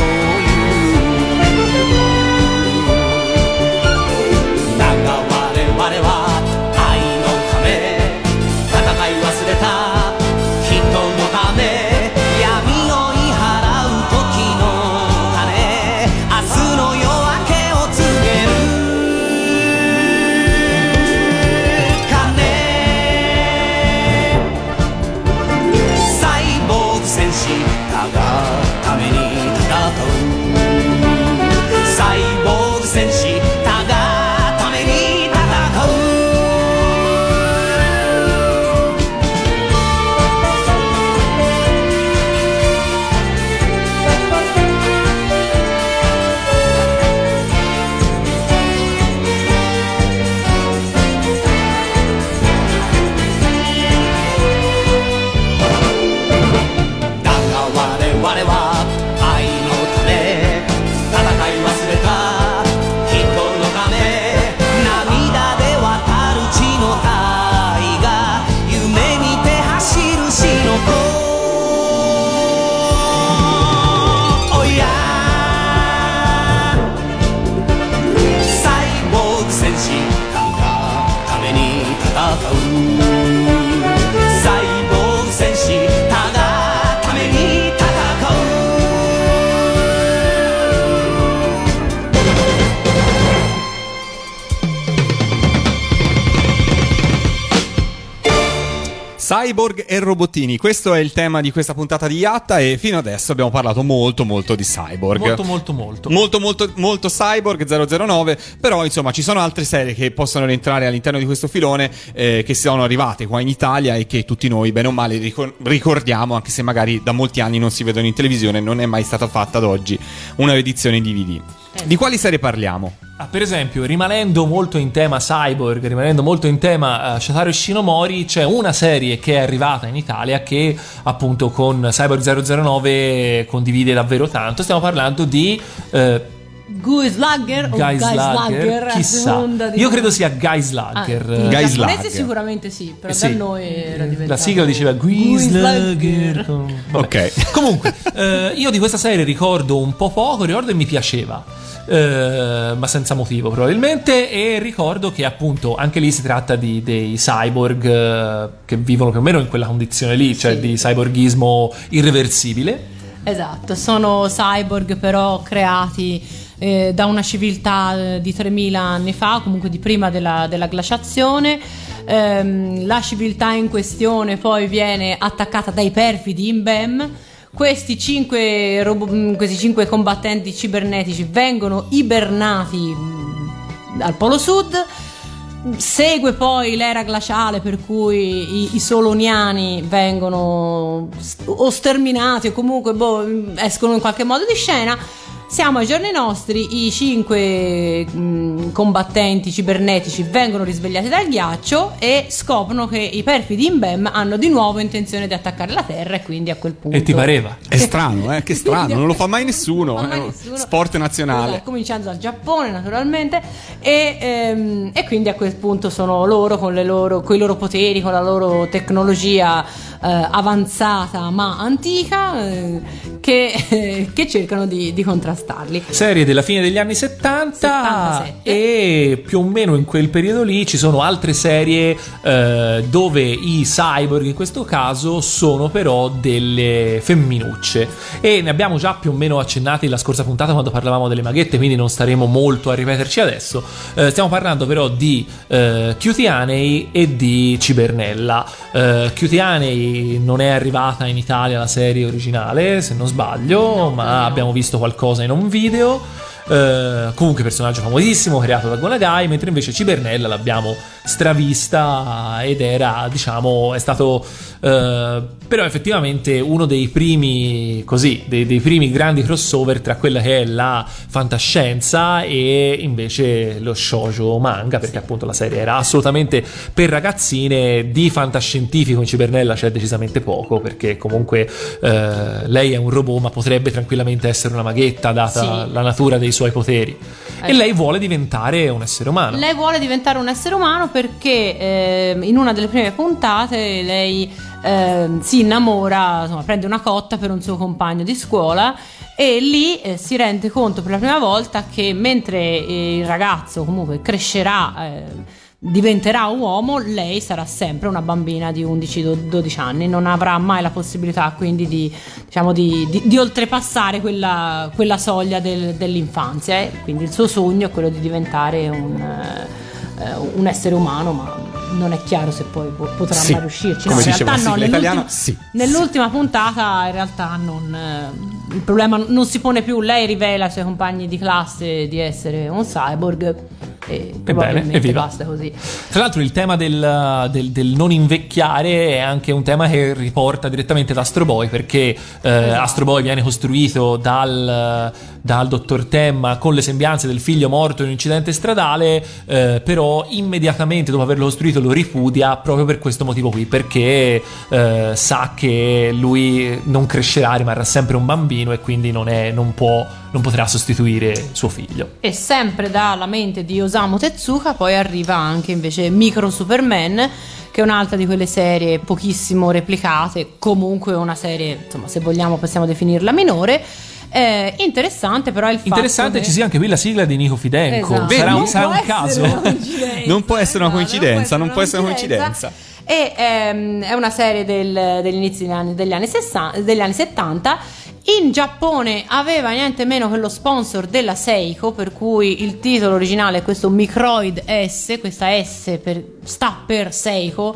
言うだが我々は愛のため戦い忘れた人のため闇を追い払う時の鐘明日の夜明けを告げる鐘サイボーグ戦士だがために戦うサイボーグ戦士だがために戦うだが我々は愛のため戦い忘れた人のため涙で渡る血の大河夢見て走る死の子おやサイボーグ戦士だがために戦うサイボーグ戦士だがために戦う Cyborg e robottini, questo è il tema di questa puntata di Yatta e fino adesso abbiamo parlato molto molto di Cyborg. Molto molto molto. Molto molto molto Cyborg zero zero nove, però insomma ci sono altre serie che possono rientrare all'interno di questo filone eh, che sono arrivate qua in Italia e che tutti noi bene o male ricor- ricordiamo, anche se magari da molti anni non si vedono in televisione, non è mai stata fatta ad oggi una edizione in D V D. Di quali serie parliamo? Ah, per esempio, rimanendo molto in tema cyborg, rimanendo molto in tema uh, Shotaro Ishinomori, c'è una serie che è arrivata in Italia che appunto con Cyborg zero zero nove condivide davvero tanto. Stiamo parlando di uh, Guyslager o Guyslager, chissà. Io credo sia Guyslager. Ah, in Guyslager. giapponese sicuramente sì, però Sì. da noi era diventato La sigla diceva Guyslager. Guyslager. Vabbè. Ok. Comunque, eh, io di questa serie ricordo un po' poco, ricordo che mi piaceva. eh, ma senza motivo probabilmente, e ricordo che appunto anche lì si tratta di dei cyborg eh, che vivono più o meno in quella condizione lì, cioè Sì. di cyborgismo irreversibile. Esatto, sono cyborg però creati eh, da una civiltà eh, di tremila anni fa, comunque di prima della, della glaciazione. Ehm, la civiltà in questione poi viene attaccata dai perfidi in B E M. Questi cinque, robo- questi cinque combattenti cibernetici vengono ibernati mh, al Polo Sud. Segue poi l'era glaciale per cui i, i soloniani vengono o sterminati o comunque boh, escono in qualche modo di scena. Siamo ai giorni nostri, i cinque mh, combattenti cibernetici vengono risvegliati dal ghiaccio e scoprono che i perfidi in B E M hanno di nuovo intenzione di attaccare la Terra, e quindi a quel punto... E ti pareva? È strano, eh? Che strano, non lo fa mai nessuno. Non fa mai è uno nessuno. sport nazionale. Esatto, cominciando dal Giappone naturalmente, e, ehm, e quindi a quel punto sono loro con le loro, con i loro poteri, con la loro tecnologia eh, avanzata ma antica, eh, che, eh, che cercano di, di contrastarli. Serie della fine degli anni settanta, settantasette. e più o meno in quel periodo lì ci sono altre serie eh, dove i cyborg in questo caso sono però delle femminucce, e ne abbiamo già più o meno accennati la scorsa puntata quando parlavamo delle maghette, quindi non staremo molto a ripeterci adesso. Eh, stiamo parlando però di eh, Cutie Honey e di Cibernella. eh, Cutie Honey non è arrivata in Italia la serie originale, se non sbaglio, ma no. abbiamo visto qualcosa in un video. Uh, comunque personaggio famosissimo creato da Gonagai, mentre invece Cibernella l'abbiamo stravista ed era, diciamo, è stato uh, però effettivamente uno dei primi così dei, dei primi grandi crossover tra quella che è la fantascienza e invece lo shoujo manga, perché appunto la serie era assolutamente per ragazzine. Di fantascientifico in Cibernella c'è decisamente poco, perché comunque uh, lei è un robot ma potrebbe tranquillamente essere una maghetta data Sì. la natura dei suoi poteri, e lei vuole diventare un essere umano. Lei vuole diventare un essere umano perché eh, in una delle prime puntate lei eh, si innamora, insomma, prende una cotta per un suo compagno di scuola, e lì eh, si rende conto per la prima volta che mentre eh, il ragazzo comunque crescerà, eh, diventerà uomo, lei sarà sempre una bambina di undici dodici anni, non avrà mai la possibilità quindi di, diciamo, di, di, di oltrepassare quella, quella soglia del, dell'infanzia, eh. Quindi il suo sogno è quello di diventare un, eh, un essere umano, ma non è chiaro se poi po- potrà Sì, mai riuscirci. come No, in diceva realtà la no, sigla nell'ultima, italiana, sì. nell'ultima puntata in realtà non, eh, il problema non si pone più. Lei rivela ai suoi compagni di classe di essere un cyborg e probabilmente evviva. basta così. Tra l'altro il tema del, del, del non invecchiare è anche un tema che riporta direttamente da Astro Boy, perché eh, Esatto. Astro Boy viene costruito dal, dal dottor Temma con le sembianze del figlio morto in un incidente stradale, eh, però immediatamente dopo averlo costruito lo ripudia proprio per questo motivo qui, perché eh, sa che lui non crescerà, rimarrà sempre un bambino e quindi non, è, non, può, non potrà sostituire suo figlio. E sempre dalla mente di Osamu Tezuka poi arriva anche invece Micro Superman, che è un'altra di quelle serie pochissimo replicate, comunque una serie, insomma, se vogliamo possiamo definirla minore. Eh, interessante però il fatto Interessante che ci sia anche qui la sigla di Nico Fidenco. Esatto. Sarà, Vedi? un, sarà Non un può caso? essere una coincidenza. Non può essere una Esatto, coincidenza, non può essere una coincidenza. E ehm, è una serie del, degli inizi degli anni, degli, anni sessanta, degli anni settanta. In Giappone aveva niente meno che lo sponsor della Seiko, per cui il titolo originale è questo Microid S, questa S per, sta per Seiko,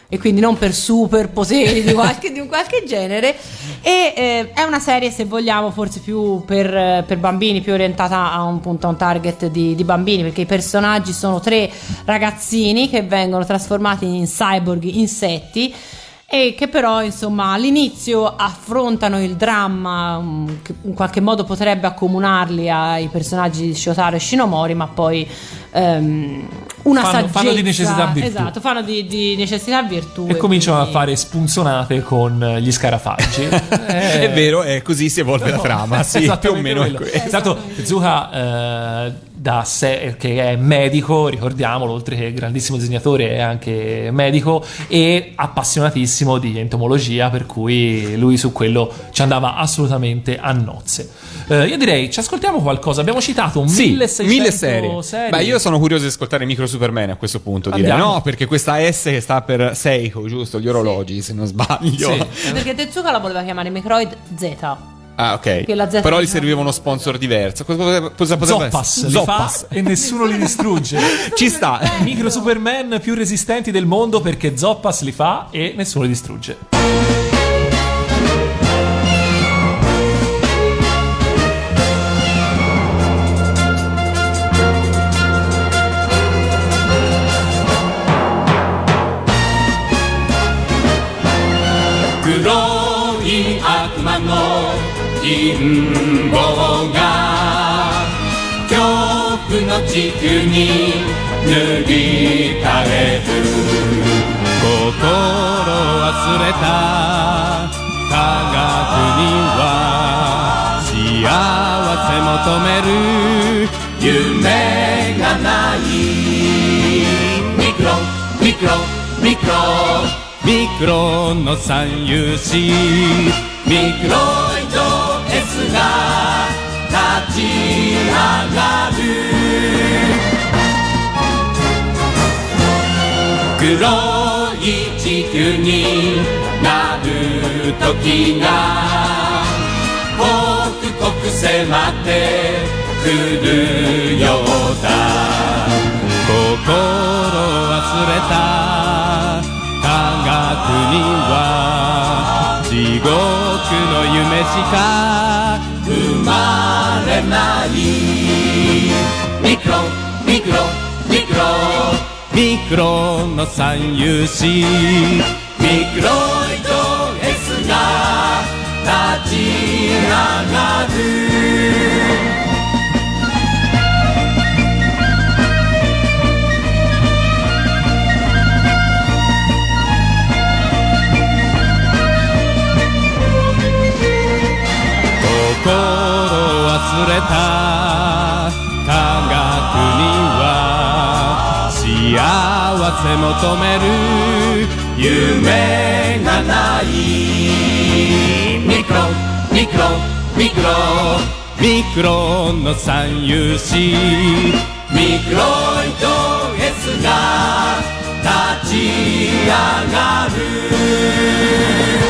e quindi non per superpoteri di qualche, di un qualche genere, e eh, è una serie, se vogliamo, forse più per, per bambini, più orientata a un punto, a un target di, di bambini, perché i personaggi sono tre ragazzini che vengono trasformati in cyborg, insetti, e che però insomma all'inizio affrontano il dramma um, che in qualche modo potrebbe accomunarli ai personaggi di Shotaro e Shinomori, ma poi um, una fanno, saggezza, fanno di necessità virtù. esatto, fanno di, di necessità virtù e, e cominciano quindi... a fare spunzonate con gli scarafaggi. eh, È vero, è così si evolve la trama, sì, più o meno è quello. Esatto, Tezuka eh, da sé, che è medico, ricordiamolo, oltre che grandissimo disegnatore è anche medico e appassionatissimo di entomologia, per cui lui su quello ci andava assolutamente a nozze. Eh, io direi ci ascoltiamo qualcosa, abbiamo citato un sì, milleseicento mille serie. serie. Beh, io sono curioso di ascoltare Micro Superman a questo punto, direi. Andiamo. No, perché questa S che sta per Seiko, giusto? Gli orologi, se non sbaglio. Sì. perché Tezuka la voleva chiamare Microid Z. Ah, ok. Che la Z Però gli non- serviva uno sponsor diverso. Cosa poteva, cosa poteva Zoppass essere? li Zoppass. fa e nessuno li distrugge. Ci sta. Micro Superman più resistenti del mondo, perché Zoppass li fa e nessuno li distrugge. 黒い悪魔の陰謀が恐怖の地球に塗り替える心忘れた科学には幸せ求める夢がないミクロミクロミクロミクロの三遊士ミクロイド S が立ち上がる黒い地球になる時が刻々迫ってくるようだ心忘れた科学には地獄の夢しか生まれないミクロミクロミクロミクロの三遊士ミクロイド S が立ち上がる心忘れた科学には幸せ求める夢がないミクロミクロミクロミクロの三遊士ミクロイド S が立ち上がる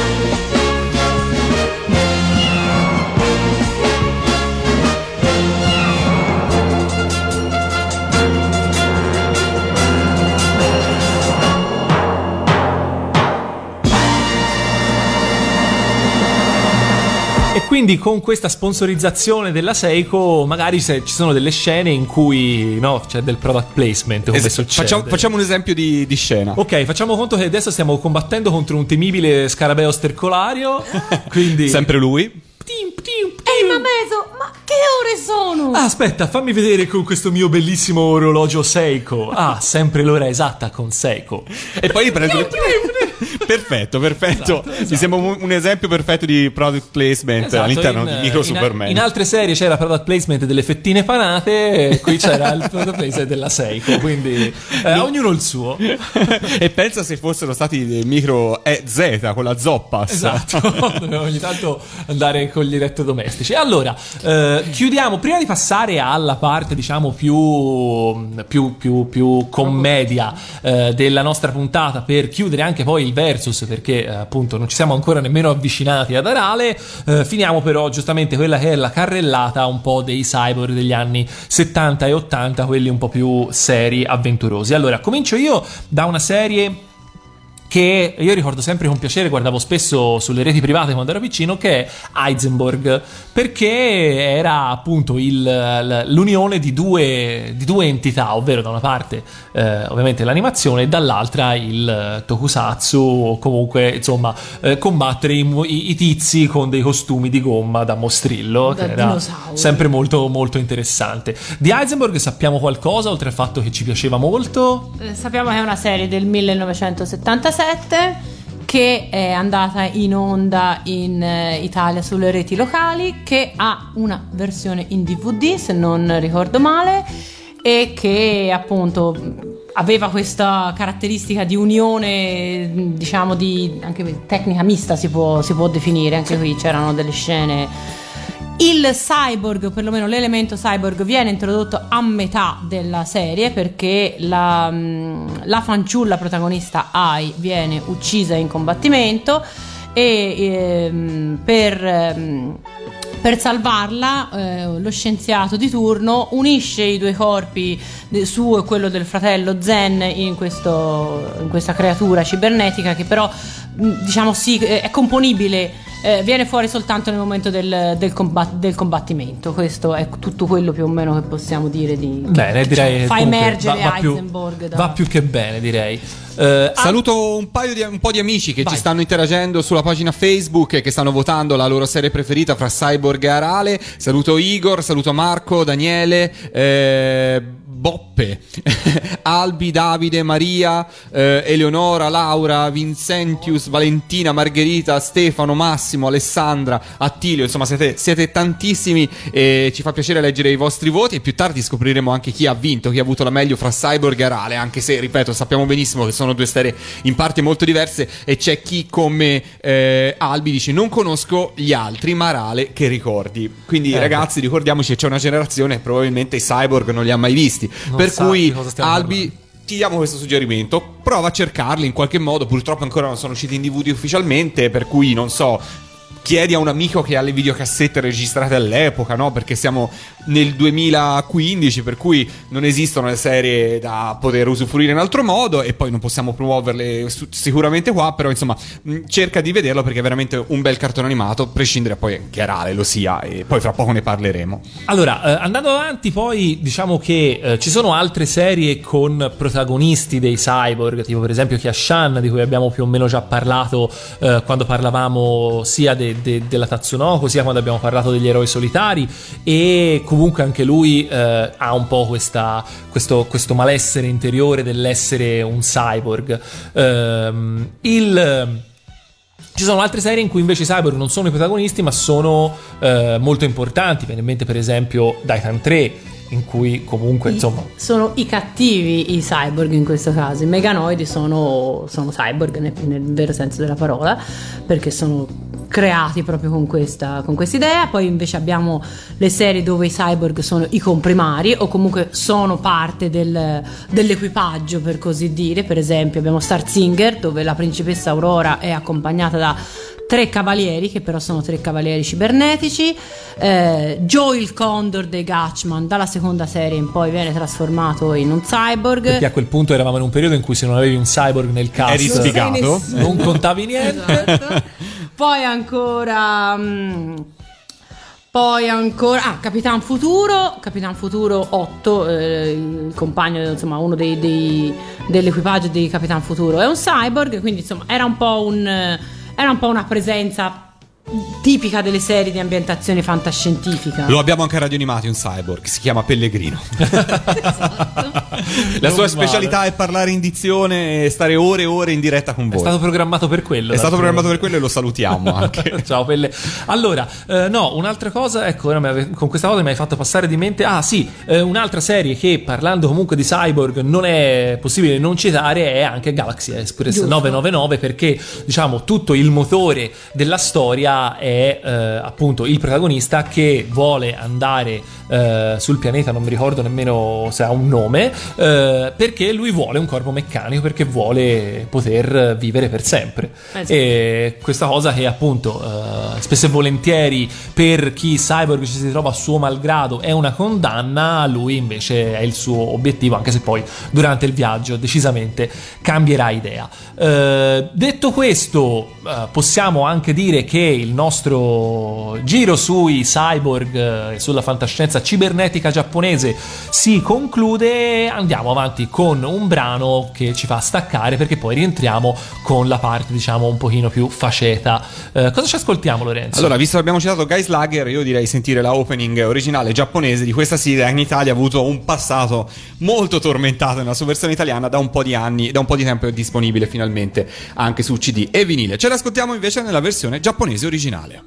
E quindi con questa sponsorizzazione della Seiko magari se ci sono delle scene in cui no, c'è del product placement come Es- succede. facciamo, facciamo un esempio di, di scena. Ok, facciamo conto che adesso stiamo combattendo contro un temibile scarabeo stercolario. Quindi Sempre lui. Ptim, ptim, ptim. Ehi Mameso, ma che ore sono? Ah, aspetta, fammi vedere con questo mio bellissimo orologio Seiko. Ah, sempre l'ora esatta con Seiko. E poi riprende. Perfetto, perfetto. Esatto, esatto. Mi sembra un, un esempio perfetto di product placement Esatto, all'interno in, di Micro in- Superman. In altre serie c'era product placement delle fettine panate, e qui c'era il product placement della Seiko, quindi eh, ognuno il suo. E pensa se fossero stati dei Micro E Z con la Zoppass. Esatto, dobbiamo ogni tanto andare con gli elettrodomestici. Allora, eh, chiudiamo, prima di passare alla parte diciamo più più, più, più commedia eh, della nostra puntata, per chiudere anche poi il versus, perché eh, appunto non ci siamo ancora nemmeno avvicinati ad Arale, eh, finiamo però giustamente quella che è la carrellata un po' dei cyborg degli anni settanta e ottanta, quelli un po' più seri, avventurosi. Allora, comincio io da una serie che io ricordo sempre con piacere, guardavo spesso sulle reti private quando ero piccino, che è Heisenberg, perché era appunto il, l'unione di due, di due entità, ovvero da una parte eh, ovviamente l'animazione e dall'altra il tokusatsu, o comunque insomma eh, combattere i, i, i tizi con dei costumi di gomma da mostrillo, Da che era dinosauro. sempre molto molto interessante. Di Heisenberg sappiamo qualcosa oltre al fatto che ci piaceva molto? Eh, sappiamo che è una serie del millenovecentosettantasette che è andata in onda in eh, Italia sulle reti locali, che ha una versione in D V D se non ricordo male, e che appunto aveva questa caratteristica di unione, diciamo, di anche tecnica mista, si può, si può definire. Anche qui c'erano delle scene. Il cyborg, o perlomeno l'elemento cyborg, viene introdotto a metà della serie, perché la, la fanciulla protagonista Ai viene uccisa in combattimento e ehm, per, ehm, per salvarla eh, lo scienziato di turno unisce i due corpi, del suo e quello del fratello Zen, in, questo, in questa creatura cibernetica che però diciamo sì, è componibile. Eh, viene fuori soltanto nel momento del, del, combat- del combattimento. Questo è tutto quello più o meno che possiamo dire di Bene, direi fa comunque emergere va, va più, Heisenberg da... va più che bene, direi. Eh, Saluto un paio di, un po' di amici che Vai. ci stanno interagendo sulla pagina Facebook e che stanno votando la loro serie preferita fra Cyborg e Arale. Saluto Igor, saluto Marco, Daniele, eh, Boppe, Albi, Davide, Maria, eh, Eleonora, Laura, Vincentius, Valentina, Margherita, Stefano, Massimo, Alessandra, Attilio. Insomma siete, siete tantissimi e ci fa piacere leggere i vostri voti, e più tardi scopriremo anche chi ha vinto, chi ha avuto la meglio fra Cyborg e Arale, anche se, ripeto, sappiamo benissimo che sono due serie in parti molto diverse, e c'è chi come eh, Albi dice non conosco gli altri, ma Arale che ricordi. Quindi Eh, ragazzi, ricordiamoci che c'è una generazione che probabilmente i Cyborg non li ha mai visti, Non per sa cui di cosa stiamo Albi parlando. ti diamo questo suggerimento, prova a cercarli in qualche modo. Purtroppo ancora non sono usciti in D V D ufficialmente, per cui non so, chiedi a un amico che ha le videocassette registrate all'epoca, no? Perché siamo nel duemilaquindici, per cui non esistono le serie da poter usufruire in altro modo, e poi non possiamo promuoverle su- sicuramente qua, però insomma mh, cerca di vederlo, perché è veramente un bel cartone animato, a prescindere poi che Arale lo sia, e poi fra poco ne parleremo. Allora, eh, andando avanti, poi diciamo che eh, ci sono altre serie con protagonisti dei cyborg, tipo per esempio Kyashan, di cui abbiamo più o meno già parlato eh, quando parlavamo sia de- de- della Tatsunoko, sia quando abbiamo parlato degli eroi solitari, e comunque anche lui eh, ha un po' questa, questo, questo malessere interiore dell'essere un cyborg. Ehm, il... Ci sono altre serie in cui invece i cyborg non sono i protagonisti, ma sono eh, molto importanti. Viene in mente per esempio Daitan tre, in cui comunque insomma sono i cattivi i cyborg in questo caso. I meganoidi sono, sono cyborg nel, nel vero senso della parola, perché sono creati proprio con questa con quest'idea. Poi invece abbiamo le serie dove i cyborg sono i comprimari, o comunque sono parte del, dell'equipaggio, per così dire. Per esempio abbiamo Star Singer, dove la principessa Aurora è accompagnata da tre cavalieri, che però sono tre cavalieri cibernetici. eh, Joe il Condor dei Gatchman dalla seconda serie in poi viene trasformato in un cyborg, perché a quel punto eravamo in un periodo in cui se non avevi un cyborg nel cast Eri sfigato. non contavi niente. Esatto. Poi ancora mm, poi ancora ah, Capitan Futuro Capitan Futuro otto, eh, il compagno, insomma uno dei, dei, dell'equipaggio di Capitan Futuro è un cyborg, quindi insomma era un po' un era un po' una presenza tipica delle serie di ambientazione fantascientifica. Lo abbiamo anche a Radio Animati, un cyborg, si chiama Pellegrino. La Non sua male. specialità è parlare in dizione e stare ore e ore in diretta con È voi. stato programmato per quello. È stato d'altro programmato per modo. quello, e lo salutiamo anche. Ciao Pelle. Allora, eh, no, un'altra cosa, ecco, ora mi ave- con questa cosa mi hai fatto passare di mente. Ah, sì, eh, un'altra serie che, parlando comunque di cyborg, non è possibile non citare è anche Galaxy Express Giusto. nove nove nove, perché diciamo tutto il motore della storia storia è eh, appunto il protagonista che vuole andare eh, sul pianeta, non mi ricordo nemmeno se ha un nome, eh, perché lui vuole un corpo meccanico, perché vuole poter vivere per sempre. Esatto. E questa cosa che appunto eh, spesso e volentieri per chi cyborg ci si trova a suo malgrado è una condanna, lui invece è il suo obiettivo, anche se poi durante il viaggio decisamente cambierà idea. Eh, detto questo, eh, possiamo anche dire che il nostro giro sui cyborg e eh, sulla fantascienza cibernetica giapponese si conclude. Andiamo avanti con un brano che ci fa staccare, perché poi rientriamo con la parte diciamo un pochino più faceta. Eh, cosa ci ascoltiamo, Lorenzo? Allora, visto che abbiamo citato Guy Slugger, io direi sentire la opening originale giapponese di questa sigla, che in Italia ha avuto un passato molto tormentato nella sua versione italiana, da un po' di anni, da un po' di tempo è disponibile finalmente anche su C D e vinile. Ce l'ascoltiamo invece nella versione giapponese originale.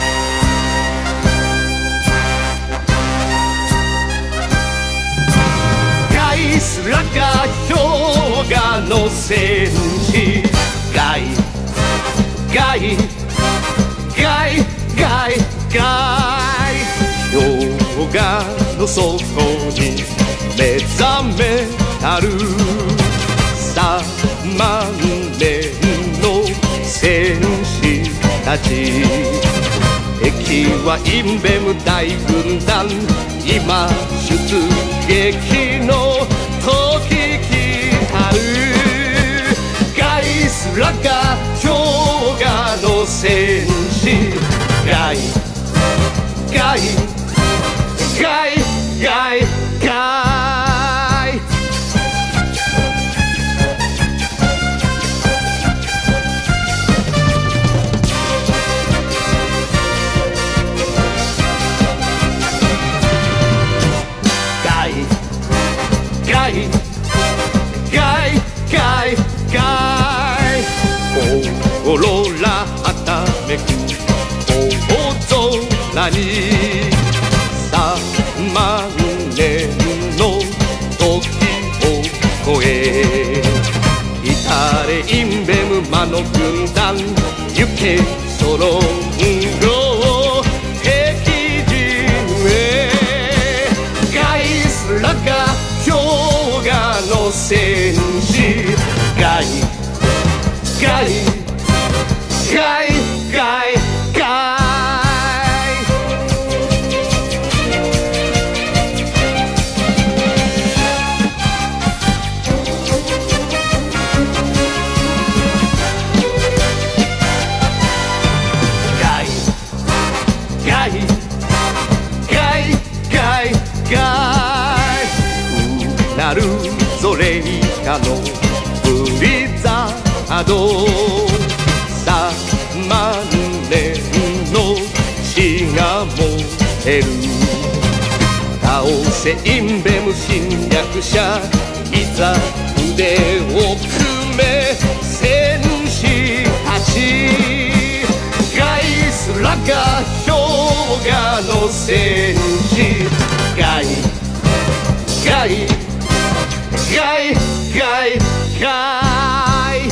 スラッガー氷河の戦士ガイガイガイガイガイ氷河の底に目覚めたるさんまんねんの戦士たち敵はインベム大軍団今出撃の時来たるガイスラッガー氷河の戦士ガイガイガイガイガイガイガイガイガイオーロラはためく大空にさんまんねんの時を超え至れインベム魔の軍団行けその後敵陣へガイスラッガー氷河の戦士ガイガイガイガイガイガイガイガイガイガイなるゾレイカのブリザードさんまんねんの血が燃える倒せインベム侵略者いざ腕を組め戦士たちガイスラッガー氷河の戦士ガイガイガイガイガイ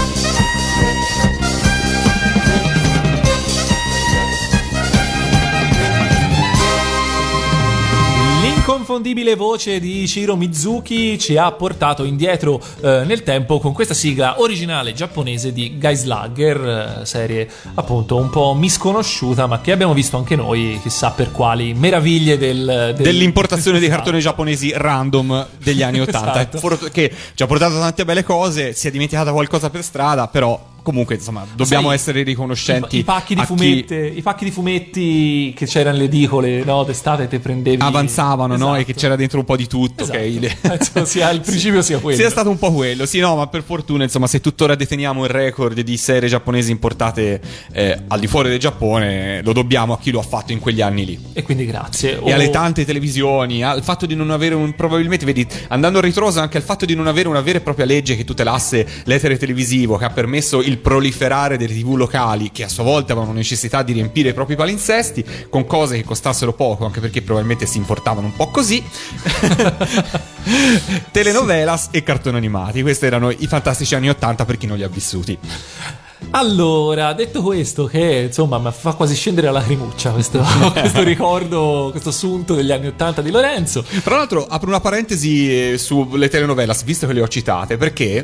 L'inconfondibile voce di Shiro Mizuki ci ha portato indietro eh, nel tempo con questa sigla originale giapponese di Guy Slugger, eh, serie appunto un po' misconosciuta ma che abbiamo visto anche noi chissà per quali meraviglie del, del dell'importazione dei cartoni giapponesi random degli anni ottanta. Esatto. Che ci ha portato tante belle cose, si è dimenticata qualcosa per strada, però comunque insomma dobbiamo Sai, essere riconoscenti. I, i pacchi di a fumetti, chi i pacchi di fumetti che c'erano le edicole, no, d'estate te prendevi avanzavano, esatto. no? E che c'era dentro un po' di tutto, esatto. ok? Penso sia il principio sia quello. Sia stato un po' quello, sì, no, ma per fortuna, insomma, se tuttora deteniamo il record di serie giapponesi importate eh, al di fuori del Giappone, lo dobbiamo a chi lo ha fatto in quegli anni lì. E quindi grazie. E oh. alle tante televisioni, al fatto di non avere un, probabilmente, vedi, andando a ritroso anche al fatto di non avere una vera e propria legge che tutelasse l'etere televisivo, che ha permesso il proliferare delle tivù locali, che a sua volta avevano necessità di riempire i propri palinsesti con cose che costassero poco, anche perché probabilmente si importavano un po' così. Telenovelas e cartoni animati, questi erano i fantastici anni ottanta per chi non li ha vissuti. Allora, detto questo, che insomma mi fa quasi scendere la lacrimuccia questo, questo ricordo, questo assunto degli anni Ottanta di Lorenzo. Tra l'altro apro una parentesi eh, sulle telenovelas, visto che le ho citate, perché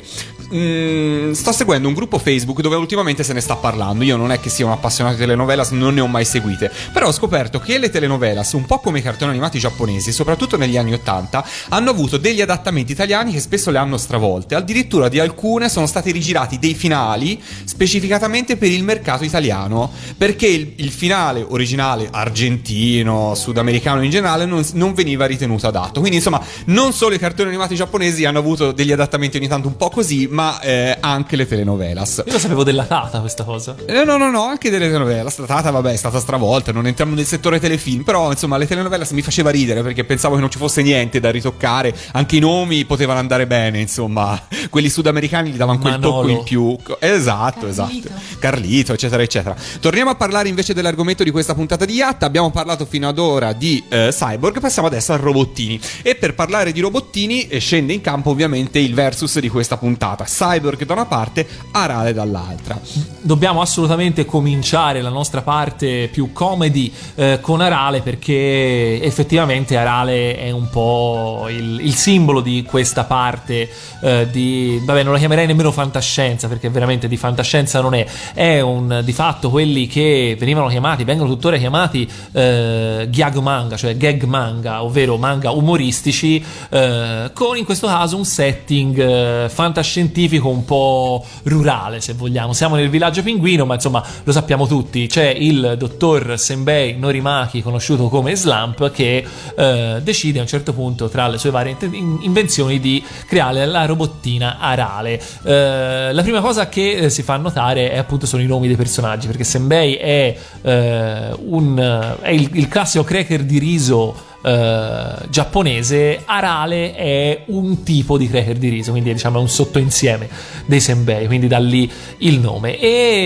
mh, sto seguendo un gruppo Facebook dove ultimamente se ne sta parlando. Io non è che sia un appassionato di telenovelas, non ne ho mai seguite, però ho scoperto che le telenovelas, un po' come i cartoni animati giapponesi, soprattutto negli anni Ottanta, hanno avuto degli adattamenti italiani che spesso le hanno stravolte. Addirittura di alcune sono stati rigirati dei finali specificatamente per il mercato italiano, perché il, il finale originale argentino, sudamericano in generale non, non veniva ritenuto adatto. Quindi insomma non solo i cartoni animati giapponesi hanno avuto degli adattamenti ogni tanto un po' così, ma eh, anche le telenovelas. Io lo sapevo della Tata questa cosa. Eh, no no no, anche delle telenovelas. La Tata vabbè è stata stravolta, non entriamo nel settore telefilm, però insomma le telenovelas mi faceva ridere perché pensavo che non ci fosse niente da ritoccare, anche i nomi potevano andare bene, insomma quelli sudamericani gli davano quel Manolo. tocco in più. Esatto, Carlito. esatto. Carlito, eccetera, eccetera. Torniamo a parlare invece dell'argomento di questa puntata di Yatta. Abbiamo parlato fino ad ora di eh, Cyborg, passiamo adesso a robottini. E per parlare di robottini eh, scende in campo ovviamente il versus di questa puntata. Cyborg da una parte, Arale dall'altra. Dobbiamo assolutamente cominciare la nostra parte più comedy eh, con Arale, perché effettivamente Arale è un po' il, il simbolo di questa parte eh, di, vabbè, non la chiamerei nemmeno fantascienza, perché veramente di fantascienza non è, è un di fatto quelli che venivano chiamati, vengono tuttora chiamati eh, gag manga, cioè gag manga, ovvero manga umoristici eh, con in questo caso un setting eh, fantascientifico un po' rurale, se vogliamo. Siamo nel villaggio pinguino, ma insomma lo sappiamo tutti, c'è il dottor Senbei Norimaki, conosciuto come Slump, che eh, decide a un certo punto, tra le sue varie in- invenzioni, di creare la robottina Arale. Eh, la prima cosa che eh, si fa notare è appunto sono i nomi dei personaggi, perché Senbei è, eh, un, è il, il classico cracker di riso Uh, giapponese. Arale è un tipo di cracker di riso, quindi diciamo è un sottoinsieme dei Senbei, quindi da lì il nome.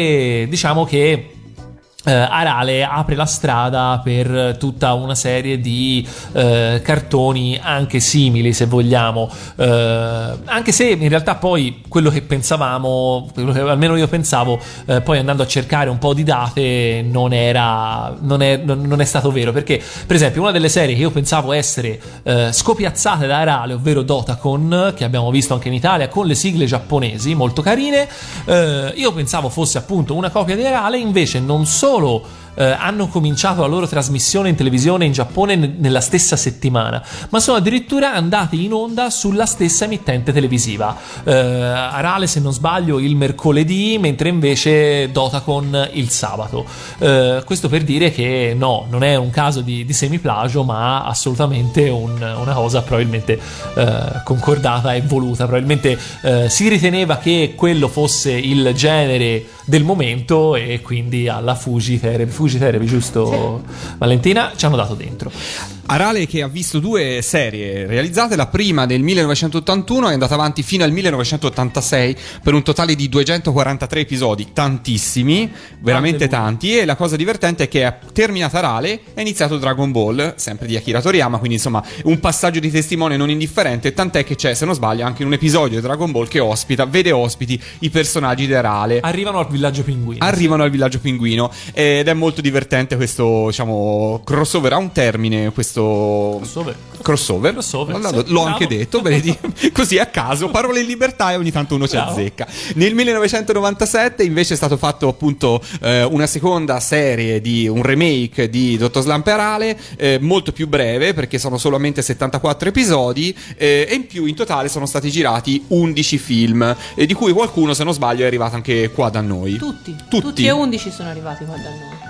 E diciamo che Uh, Arale apre la strada per tutta una serie di uh, cartoni anche simili, se vogliamo, uh, anche se in realtà poi quello che pensavamo, quello che almeno io pensavo, uh, poi andando a cercare un po' di date non era non è, non, non è stato vero, perché per esempio una delle serie che io pensavo essere uh, scopiazzate da Arale, ovvero Dotacon, che abbiamo visto anche in Italia con le sigle giapponesi molto carine, uh, io pensavo fosse appunto una copia di Arale, invece non solo Eh, hanno cominciato la loro trasmissione in televisione in Giappone n- nella stessa settimana, ma sono addirittura andati in onda sulla stessa emittente televisiva. eh, Arale, se non sbaglio, il mercoledì, mentre invece Dotacon il sabato. Eh, questo per dire che no, non è un caso di, di semiplagio, ma assolutamente un, una cosa probabilmente eh, concordata e voluta. Probabilmente eh, si riteneva che quello fosse il genere del momento e quindi alla Fuji Therapy, Fuji Therapy, giusto, Valentina, ci hanno dato dentro. Arale, che ha visto due serie realizzate, la prima nel millenovecentottantuno, è andata avanti fino al millenovecentottantasei per un totale di duecentoquarantatré episodi, tantissimi, veramente tanti. E la cosa divertente è che è terminata Arale, è iniziato Dragon Ball, sempre di Akira Toriyama, quindi insomma un passaggio di testimone non indifferente, tant'è che c'è, se non sbaglio, anche un episodio di Dragon Ball che ospita, vede ospiti i personaggi di Arale. Arrivano al villaggio pinguino. Arrivano al villaggio pinguino ed è molto divertente questo, diciamo, crossover, ha un termine questo Crossover. crossover, Crossover, Allora, sì, l'ho bravo. anche detto, vedi, così a caso, parole in libertà e ogni tanto uno ci Bravo. azzecca. Nel millenovecentonovantasette invece è stato fatto appunto eh, una seconda serie di un remake di Dottor Slump e Arale, eh, molto più breve perché sono solamente settantaquattro episodi, eh, e in più in totale sono stati girati undici film, eh, di cui qualcuno, se non sbaglio, è arrivato anche qua da noi. Tutti, Tutti. tutti e undici sono arrivati qua da noi.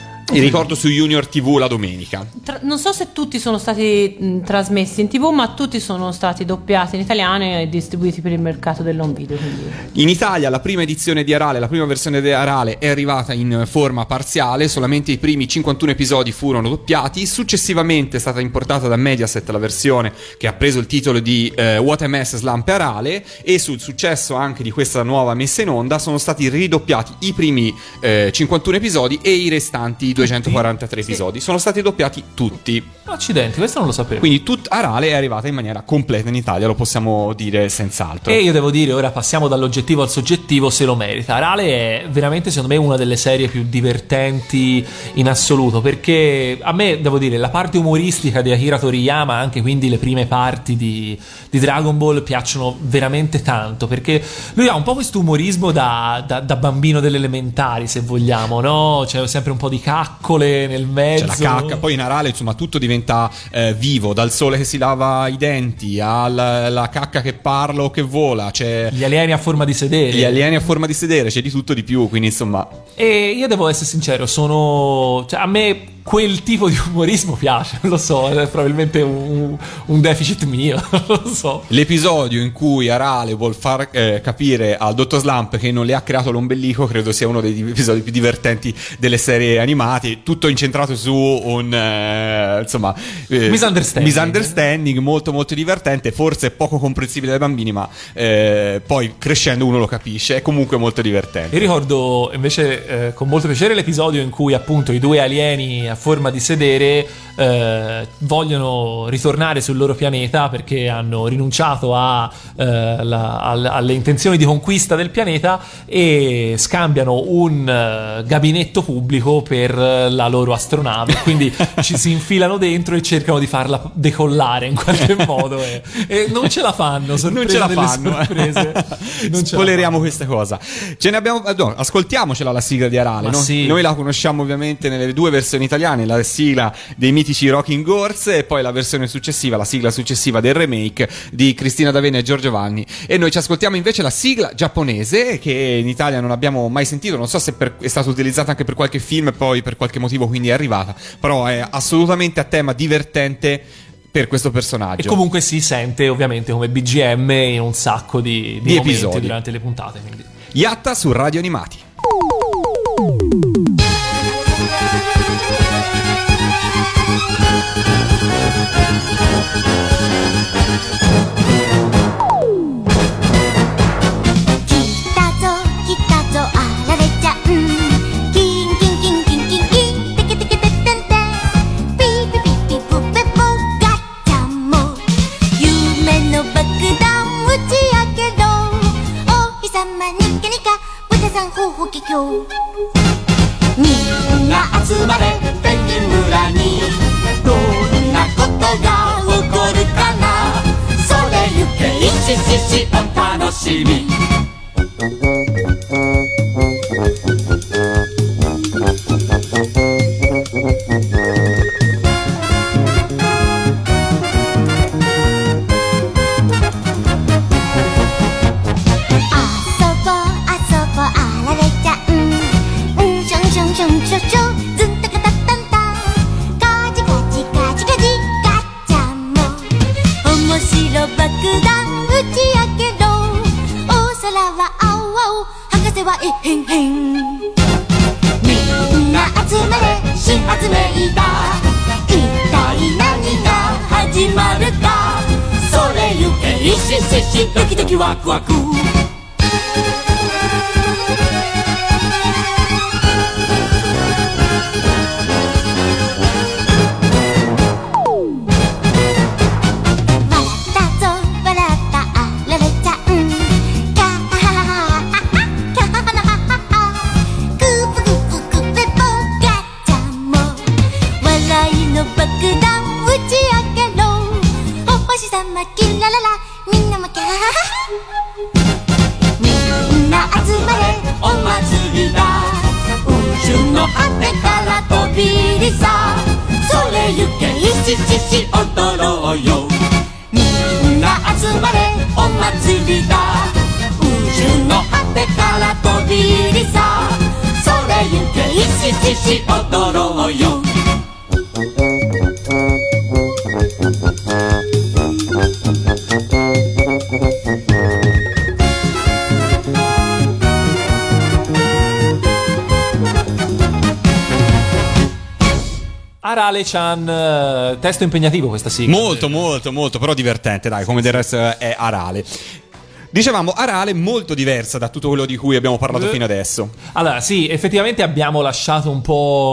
E ricordo su Junior tivù la domenica. Tra- non so se tutti sono stati mh, trasmessi in tv, ma tutti sono stati doppiati in italiano e distribuiti per il mercato dell'home video. Quindi... In Italia la prima edizione di Arale, la prima versione di Arale è arrivata in forma parziale, solamente i primi cinquantuno episodi furono doppiati. Successivamente è stata importata da Mediaset la versione che ha preso il titolo di eh, What a Mess Slump e Arale, e sul successo anche di questa nuova messa in onda sono stati ridoppiati i primi eh, cinquantuno episodi e i restanti duecentoquarantatré episodi. Sono stati doppiati tutti. Accidenti, questo non lo sapevo. Quindi tut- Arale è arrivata in maniera completa in Italia, lo possiamo dire senz'altro. E io devo dire, ora passiamo dall'oggettivo al soggettivo, se lo merita. Arale è veramente, secondo me, una delle serie più divertenti in assoluto, perché a me, devo dire, la parte umoristica di Akira Toriyama, anche quindi le prime parti di, di Dragon Ball, piacciono veramente tanto, perché lui ha un po' questo umorismo da, da, da bambino delle elementari, se vogliamo, no? C'è sempre un po' di caccole nel mezzo. C'è la cacca, poi in Arale insomma tutto diventa eh, vivo, dal sole che si lava i denti alla la cacca che parla o che vola, c'è gli alieni a forma di sedere, gli alieni a forma di sedere, c'è di tutto di più, quindi insomma. E io devo essere sincero, sono, cioè, a me quel tipo di umorismo piace, non lo so, è probabilmente un, un deficit mio, non lo so. L'episodio in cui Arale vuol far eh, capire al dottor Slump che non le ha creato l'ombelico credo sia uno degli episodi più divertenti delle serie animate, tutto incentrato su un eh, insomma eh, misunderstanding. misunderstanding molto molto divertente, forse poco comprensibile dai bambini, ma eh, poi crescendo uno lo capisce, è comunque molto divertente. Io ricordo invece eh, con molto piacere l'episodio in cui appunto i due alieni a forma di sedere eh, vogliono ritornare sul loro pianeta perché hanno rinunciato a, eh, la, a, alle intenzioni di conquista del pianeta e scambiano un uh, gabinetto pubblico per la loro astronave, quindi ci si infilano dentro e cercano di farla decollare in qualche modo e, e non ce la fanno, non ce la fanno sorprese. Non spoileriamo questa cosa, ce ne abbiamo, no, ascoltiamocela la sigla di Arale, no? Sì. Noi la conosciamo ovviamente nelle due versioni italiane, la sigla dei mitici Rocking Horse e poi la versione successiva, la sigla successiva del remake di Cristina D'Avena e Giorgio Vanni, e noi ci ascoltiamo invece la sigla giapponese che in Italia non abbiamo mai sentito, non so se per, è stata utilizzata anche per qualche film e poi per qualche motivo quindi è arrivata, però è assolutamente a tema divertente per questo personaggio. E comunque si sente ovviamente come B G M in un sacco di, di, di momenti episodi durante le puntate, quindi. Yatta su Radio Animati. みんな集まれペンギン村にどんなことが起こるかなそれゆけいしししお楽しみへんへんみんな集まれ新発明だ一体何が始まるかそれゆけいしししドキドキワクワクみんな集まれお祭りだ宇宙の果てから飛びりさそれゆけいししし踊ろうよみんな集まれお祭りだ宇宙の果てから飛びりさそれゆけいししし踊ろうよ Arale-chan, testo impegnativo questa sigla. Molto molto molto, però divertente, dai, come del resto è Arale. Dicevamo, Arale molto diversa da tutto quello di cui abbiamo parlato Eh. fino adesso. Allora, sì, effettivamente abbiamo lasciato un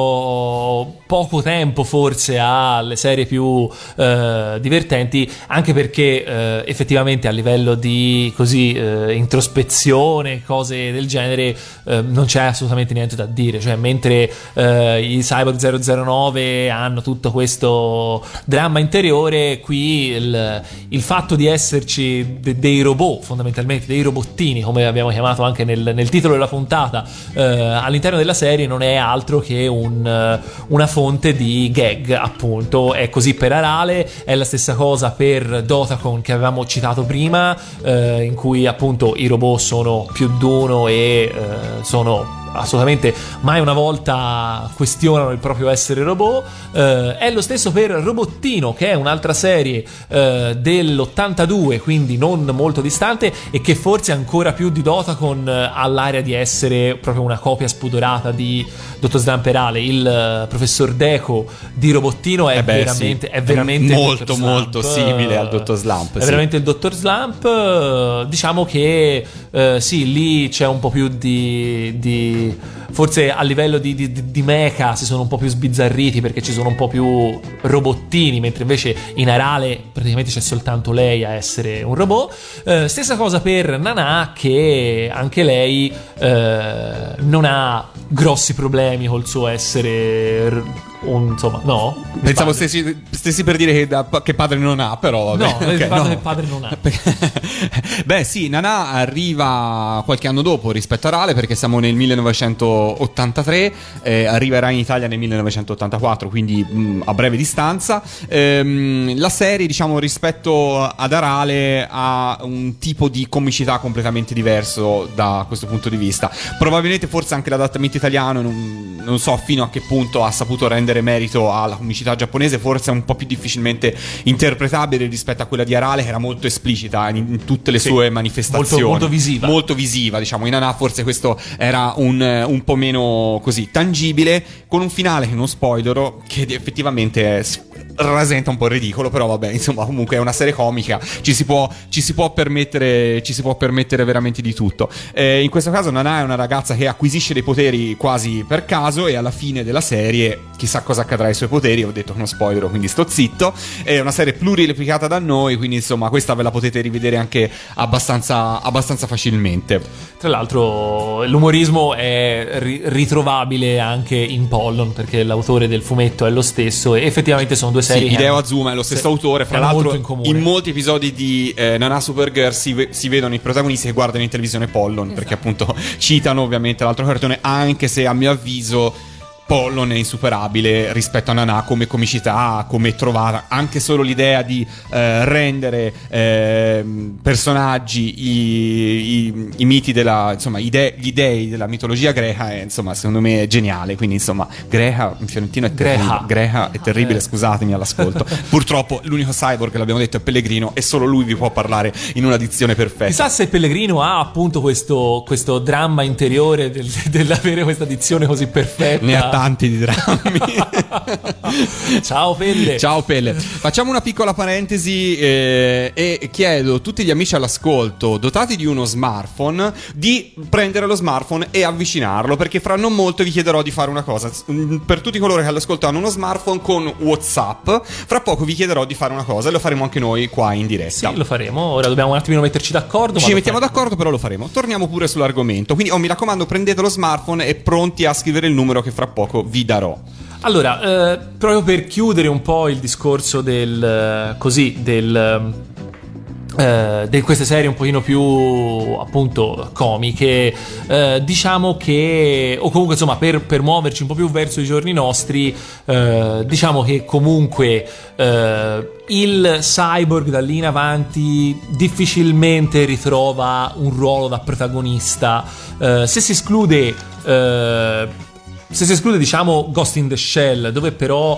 po' poco tempo forse alle serie più eh, divertenti, anche perché eh, effettivamente a livello di così eh, introspezione, cose del genere, eh, non c'è assolutamente niente da dire. Cioè, mentre eh, i Cyborg zero zero nove hanno tutto questo dramma interiore, qui il, il fatto di esserci de- dei robot, fondamentalmente dei robottini, come abbiamo chiamato anche nel, nel titolo della puntata, eh, all'interno della serie non è altro che un, una fonte di gag, appunto. È così per Arale, è la stessa cosa per Dotacon che avevamo citato prima, eh, in cui appunto i robot sono più d'uno e eh, sono assolutamente mai una volta questionano il proprio essere robot. Eh, è lo stesso per Robottino, che è un'altra serie eh, dell'ottantadue, quindi non molto distante, e che forse ancora più di Dotacon eh, ha l'aria di essere proprio una copia spudorata di Dottor Slump Arale. Il eh, professor Deco di Robottino è Eh beh, veramente, sì. è veramente il molto Dottor Slump. molto simile al Dottor Slump. È sì. veramente il Dottor Slump. eh, Diciamo che eh, sì, lì c'è un po' più di, di forse a livello di, di, di mecha si sono un po' più sbizzarriti, perché ci sono un po' più robottini, mentre invece in Arale praticamente c'è soltanto lei a essere un robot. Eh, stessa cosa per Nana, che anche lei eh, non ha grossi problemi col suo essere r- un, insomma, no? Pensavo stessi, stessi per dire che, da, che padre non ha, però vabbè, No, ok, il padre no. che padre non ha. Beh sì, Nana arriva qualche anno dopo rispetto a Arale, perché siamo nel millenovecentottantatré, eh, arriverà in Italia nel millenovecentottantaquattro, quindi mh, a breve distanza. Ehm, la serie, diciamo, rispetto ad Arale ha un tipo di comicità completamente diverso da questo punto di vista. Probabilmente forse anche l'adattamento italiano, non, non so fino a che punto ha saputo rendere merito alla comicità giapponese, forse è un po' più difficilmente interpretabile rispetto a quella di Arale, che era molto esplicita in, in tutte le Sì, sue manifestazioni, molto- molto visiva. molto visiva, diciamo. In Nana forse questo era un, un po' meno così tangibile, con un finale che non spoilerò, che effettivamente è, rasenta un po' il ridicolo, però vabbè, insomma, comunque è una serie comica, ci si può, ci si può permettere ci si può permettere veramente di tutto. Eh, in questo caso Nana è una ragazza che acquisisce dei poteri quasi per caso, e alla fine della serie chissà cosa accadrà ai suoi poteri. Ho detto che non spoilerò, quindi sto zitto. È una serie plurireplicata da noi, quindi insomma questa ve la potete rivedere anche abbastanza, abbastanza facilmente. Tra l'altro l'umorismo è ri- ritrovabile anche in Pollon, perché l'autore del fumetto è lo stesso, e effettivamente sono due Sì, serie che Hideo hanno- Azuma è lo stesso sì, autore. Fra che hanno l'altro, molto in comune. in molti episodi di eh, Nana Supergirl si, ve- si vedono i protagonisti che guardano in televisione Pollon, perché appunto citano ovviamente l'altro cartone, anche se a mio avviso Pollon è insuperabile rispetto a Nana come comicità, come trovare anche solo l'idea di eh, rendere eh, personaggi i, i, i miti della, insomma, i de- gli dei della mitologia greca è, insomma, secondo me è geniale. Quindi insomma, greca in fiorentino è terribile, Greca. greca è terribile, Eh. scusatemi all'ascolto. Purtroppo l'unico cyborg che l'abbiamo detto è Pellegrino, e solo lui vi può parlare in una dizione perfetta. Chissà se Pellegrino ha appunto questo, questo dramma interiore del- dell'avere questa dizione così perfetta. Ne ha tanti di drammi. Ciao Pelle. Ciao Pelle. Facciamo una piccola parentesi eh, e chiedo a tutti gli amici all'ascolto dotati di uno smartphone di prendere lo smartphone e avvicinarlo, perché fra non molto vi chiederò di fare una cosa. Per tutti coloro che all'ascolto hanno uno smartphone con WhatsApp, fra poco vi chiederò di fare una cosa, e lo faremo anche noi qua in diretta. Sì, lo faremo. Ora dobbiamo un attimino metterci d'accordo. ma Ci lo mettiamo faremo. d'accordo, però lo faremo. Torniamo pure sull'argomento. Quindi, oh, mi raccomando, prendete lo smartphone e pronti a scrivere il numero che fra poco vi darò. Allora, eh, proprio per chiudere un po' il discorso del eh, così del eh, di queste serie un pochino più appunto comiche, eh, diciamo che, o comunque insomma per, per muoverci un po' più verso i giorni nostri, eh, diciamo che comunque eh, il cyborg da lì in avanti difficilmente ritrova un ruolo da protagonista, eh, se si esclude eh, se si esclude diciamo Ghost in the Shell, dove però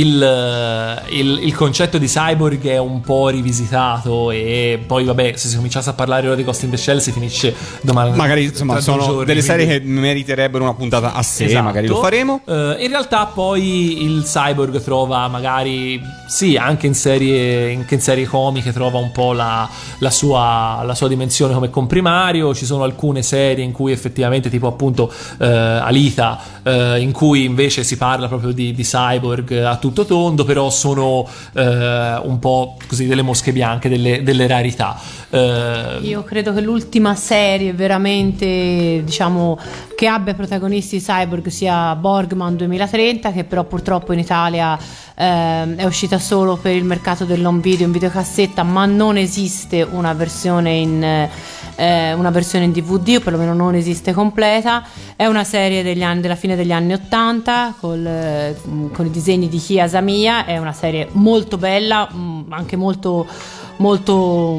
il, il, il concetto di cyborg è un po' rivisitato, e poi vabbè, se si cominciasse a parlare ora di Ghost in the Shell si finisce domani. Magari insomma sono giorni, delle quindi... serie che meriterebbero una puntata a sé, esatto. Magari lo faremo. Uh, in realtà poi il cyborg trova magari, sì, anche in serie, anche in serie comiche trova un po' la, la, sua, la sua dimensione come comprimario. Ci sono alcune serie in cui effettivamente, tipo appunto uh, Alita, uh, in cui invece si parla proprio di, di cyborg a tutto tondo, però sono uh, un po' così delle mosche bianche, delle, delle rarità. Uh, Io credo che l'ultima serie veramente, diciamo, che abbia protagonisti cyborg sia Borgman duemilatrenta, che però purtroppo in Italia eh, è uscita solo per il mercato dell'home video in videocassetta, ma non esiste una versione in eh, una versione in D V D, o perlomeno non esiste completa. È una serie degli anni, della fine degli anni ottanta, col, eh, con i disegni di Kiya Asamiya. È una serie molto bella, mh, anche molto molto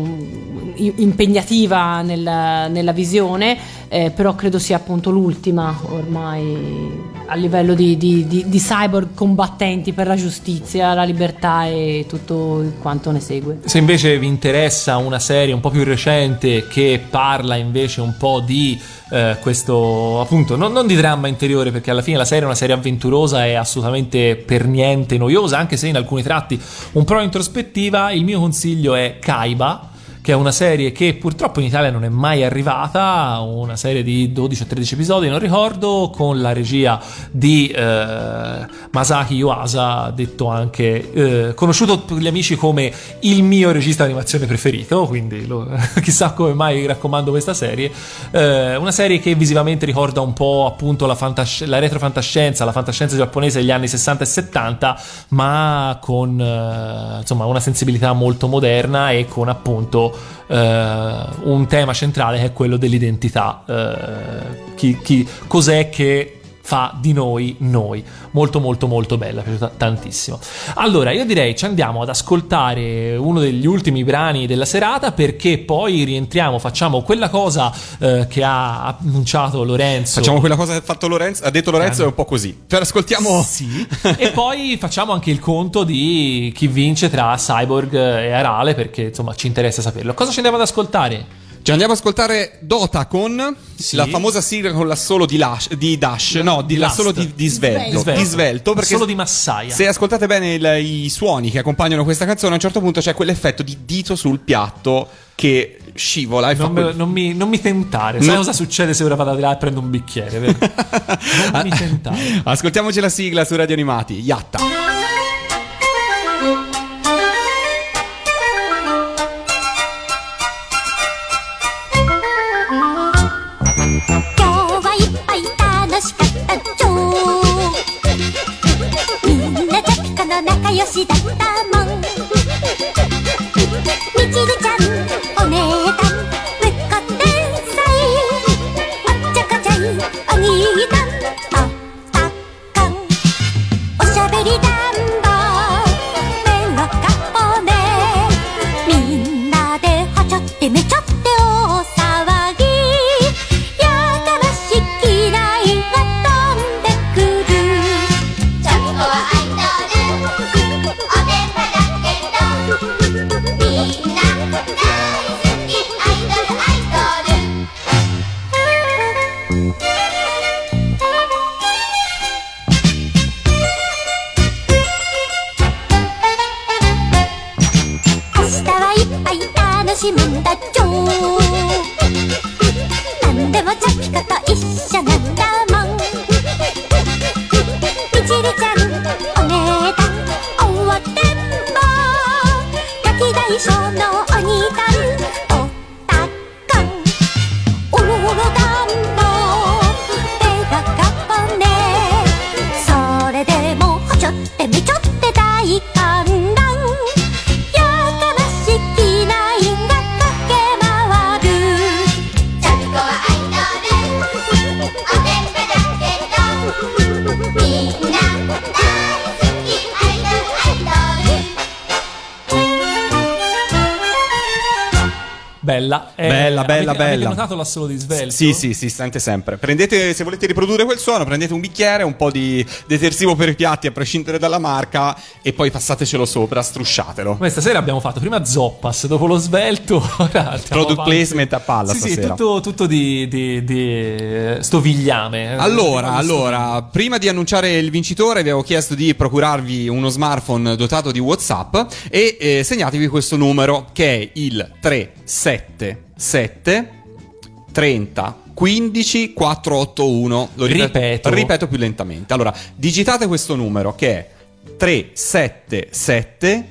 impegnativa nella, nella visione, eh, però credo sia appunto l'ultima ormai a livello di, di, di, di cyborg combattenti per la giustizia, la libertà e tutto quanto ne segue. Se invece vi interessa una serie un po' più recente che parla invece un po' di eh, questo, appunto, non, non di dramma interiore, perché alla fine la serie è una serie avventurosa e assolutamente per niente noiosa, anche se in alcuni tratti un po' introspettiva, il mio consiglio è Kaiba, che è una serie che purtroppo in Italia non è mai arrivata, una serie di dodici o tredici episodi, non ricordo, con la regia di eh, Masaki Yuasa, detto anche eh, conosciuto per gli amici come il mio regista d'animazione preferito, quindi lo, chissà come mai raccomando questa serie. Eh, una serie che visivamente ricorda un po' appunto la, fantasci- la retrofantascienza, la fantascienza giapponese degli anni sessanta e settanta, ma con eh, insomma una sensibilità molto moderna e con appunto Uh, un tema centrale che è quello dell'identità. Uh, chi, chi, cos'è che fa di noi noi. Molto molto molto bella, è piaciuta tantissimo. Allora io direi ci andiamo ad ascoltare uno degli ultimi brani della serata, perché poi rientriamo, facciamo quella cosa uh, che ha annunciato Lorenzo. Facciamo quella cosa che ha fatto Lorenzo, ha detto Lorenzo, eh, è un po' così. Per ascoltiamo. Sì. E poi facciamo anche il conto di chi vince tra Cyborg e Arale, perché insomma ci interessa saperlo. Cosa ci andiamo ad ascoltare? Ci andiamo ad ascoltare Dota con sì. la famosa sigla con l'assolo di, Lash, di Dash, no, di l'assolo di, di Svelto, Svelto. di Svelto, perché solo di Massaia. Se ascoltate bene il, i suoni che accompagnano questa canzone, a un certo punto c'è quell'effetto di dito sul piatto che scivola e non, fa me, quel... non, mi, non mi tentare. Sai no. cosa succede se ora vado di là e prendo un bicchiere, vero? Non mi tentare. Ascoltiamoci la sigla su Radio Animati. Yatta. 仲良しだったもんみちるちゃんお姉さんぶっこ天才おっちゃかちゃいお兄さんおったかんおしゃべりだんぼメロカポネみんなではちゃってめちゃって大騒ぎやかましきらいが飛んでくるちゃんこはアイドルおてんばだけどみんな大好きアイドルアイドル明日はいっぱい楽しむんだっちょなんでもチョキコと一緒なんだもんみちるちゃんお姉さんおわてんぼガキ大将のお兄さんおたかんおろろだんぼ手がかっぽねそれでもはちょってめちょって大観覧やかましきないが駆け回るちゃんこはアイドルおてんばだけどみんな大好きアイドルアイドル Bella, eh, Bella, bella, avete, bella. Avete notato l'assolo di svelto? Sì, sì, si sente sempre. Prendete, se volete riprodurre quel suono, prendete un bicchiere, un po' di detersivo per i piatti, a prescindere dalla marca, e poi passatecelo sopra, strusciatelo. Noi stasera abbiamo fatto prima Zoppas, dopo lo svelto, ora Product placement a palla sì, stasera. Sì, tutto, tutto di, di, di stovigliame. Allora, allora, prima di annunciare il vincitore vi avevo chiesto di procurarvi uno smartphone dotato di WhatsApp e eh, segnatevi questo numero che è il tre sette sette trenta quindici quattrocentottantuno. Lo ripeto, Ripeto. ripeto più lentamente. Allora, digitate questo numero che è tre sette sette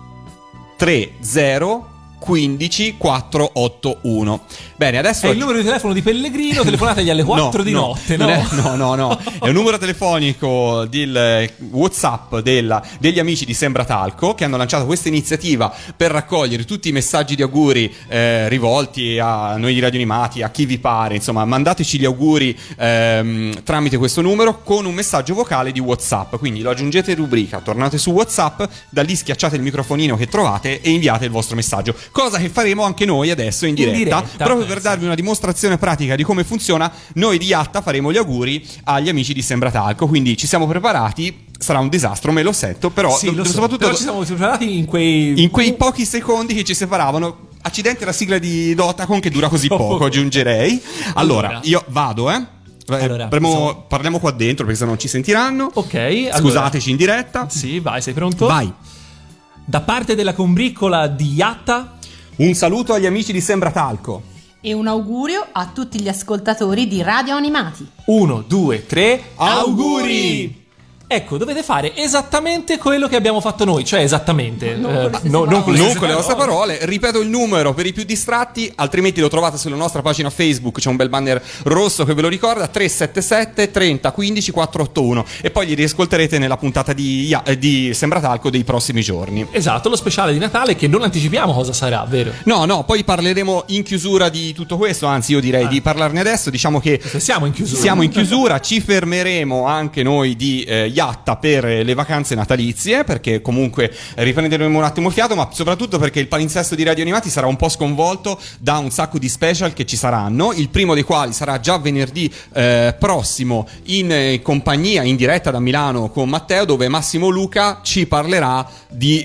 trenta quindici quattrocentottantuno. Bene, adesso è il numero di telefono di Pellegrino, telefonategli alle quattro No, di no, notte, no? non è- no, no, no. È un numero telefonico del eh, WhatsApp della- degli amici di Sembratalco, che hanno lanciato questa iniziativa per raccogliere tutti i messaggi di auguri eh, rivolti a noi di Radio Animati, a chi vi pare. Insomma, mandateci gli auguri ehm, tramite questo numero con un messaggio vocale di WhatsApp. Quindi lo aggiungete in rubrica, tornate su WhatsApp, da lì schiacciate il microfonino che trovate e inviate il vostro messaggio. Cosa che faremo anche noi adesso in diretta, diretta, proprio per penso. darvi una dimostrazione pratica di come funziona. Noi di Yatta faremo gli auguri agli amici di Sembratalco, quindi ci siamo preparati. Sarà un disastro, me lo sento, però Sì, lo so, soprattutto però ci siamo preparati in quei... in quei pochi secondi che ci separavano. Accidente la sigla di Dotacon che dura così poco, aggiungerei. Allora, Allora. io vado, eh. Allora, Parliamo- insomma. parliamo qua dentro perché se no non ci sentiranno. Ok, allora- Scusateci in diretta. Sì, vai, sei pronto? Vai. Da parte della combriccola di Yatta, Un saluto agli amici di Sembratalco. E un augurio a tutti gli ascoltatori di Radio Animati. uno, due, tre, Auguri! Ecco, dovete fare esattamente quello che abbiamo fatto noi, cioè esattamente. Non con le stesse no, non con le Non stesse con le vostre parole. parole, ripeto il numero per i più distratti, altrimenti lo trovate sulla nostra pagina Facebook, c'è un bel banner rosso che ve lo ricorda, tre sette sette trenta quindici quattrocentottantuno, e poi li riascolterete nella puntata di, Ya- eh, di Sembratalco dei prossimi giorni. Esatto, lo speciale di Natale che non anticipiamo cosa sarà, vero? No, no, poi parleremo in chiusura di tutto questo, anzi io direi di parlarne adesso, diciamo che Siamo in chiusura. siamo in chiusura, ci fermeremo anche noi di eh, Yatta per le vacanze natalizie, perché comunque riprenderemo un attimo fiato, ma soprattutto perché il palinsesto di Radio Animati sarà un po' sconvolto da un sacco di special che ci saranno, il primo dei quali sarà già venerdì eh, prossimo in eh, compagnia, in diretta da Milano con Matteo, dove Massimo Luca ci parlerà di,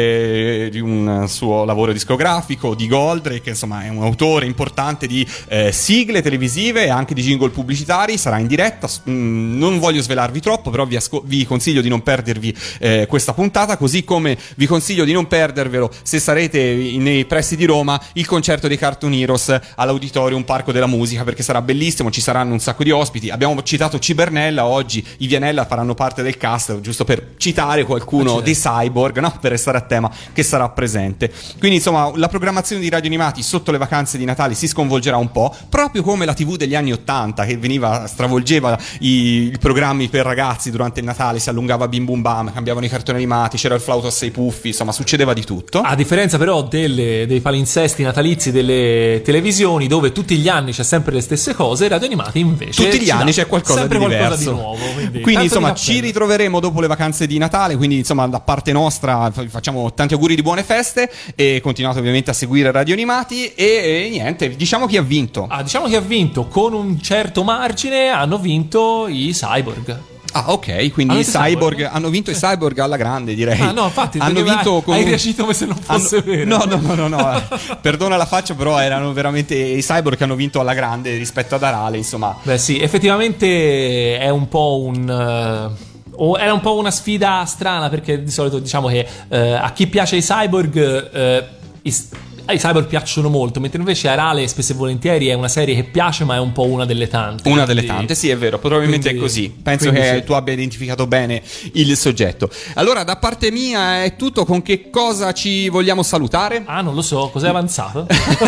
eh, di un suo lavoro discografico, di Goldrake, che insomma è un autore importante di eh, sigle televisive e anche di jingle pubblicitari. Sarà in diretta, s- mh, non voglio svelarvi troppo, però vi, asco- vi consiglio di non perdervi eh, questa puntata, così come vi consiglio di non perdervelo, se sarete nei pressi di Roma, il concerto dei Cartoon Heroes all'Auditorium Parco della Musica, perché sarà bellissimo, ci saranno un sacco di ospiti. Abbiamo citato Cibernella oggi, i Vianella faranno parte del cast, giusto per citare qualcuno dei Cyborg, no? Per restare a tema, che sarà presente. Quindi insomma la programmazione di Radio Animati sotto le vacanze di Natale si sconvolgerà un po', proprio come la tivù degli anni ottanta, che veniva, stravolgeva i, i programmi per ragazzi durante il Natale, si allungava Bim Bum Bam, cambiavano i cartoni animati, c'era il flauto a sei puffi, insomma succedeva di tutto. A differenza però delle- dei palinsesti natalizi delle televisioni, dove tutti gli anni c'è sempre le stesse cose, Radio Animati invece Tutti gli ci anni dà c'è qualcosa sempre di qualcosa diverso. di nuovo. Quindi, Quindi tanto insomma di ci cappello. ritroveremo dopo le vacanze di Natale, quindi insomma da parte nostra f- facciamo tanti auguri di buone feste e continuate ovviamente a seguire Radio Animati e, e niente, diciamo chi ha vinto. Ah, diciamo che ha vinto con un certo margine, hanno vinto i Cyborg. Ah, ok, quindi Hanno i vinto i cyborg Cyborg? hanno vinto i cyborg alla grande, direi. Ah no, infatti hanno perché vinto hai, con hai un- reagito come se non fosse hanno- vero. No, no, no, no, no. eh, Perdona la faccia, però erano veramente i cyborg che hanno vinto alla grande rispetto ad Arale, insomma. Beh sì, effettivamente è un po' un... eh, o era un po' una sfida strana, perché di solito diciamo che eh, a chi piace i cyborg eh, i, ai cyborg piacciono molto, mentre invece Arale spesso e volentieri è una serie che piace, ma è un po' una delle tante. Una delle Quindi- tante, sì, è vero, probabilmente quindi- è così. Penso quindi che sì. tu abbia identificato bene il soggetto. Allora, da parte mia è tutto. Con che cosa ci vogliamo salutare? Ah, non lo so, cos'è avanzato?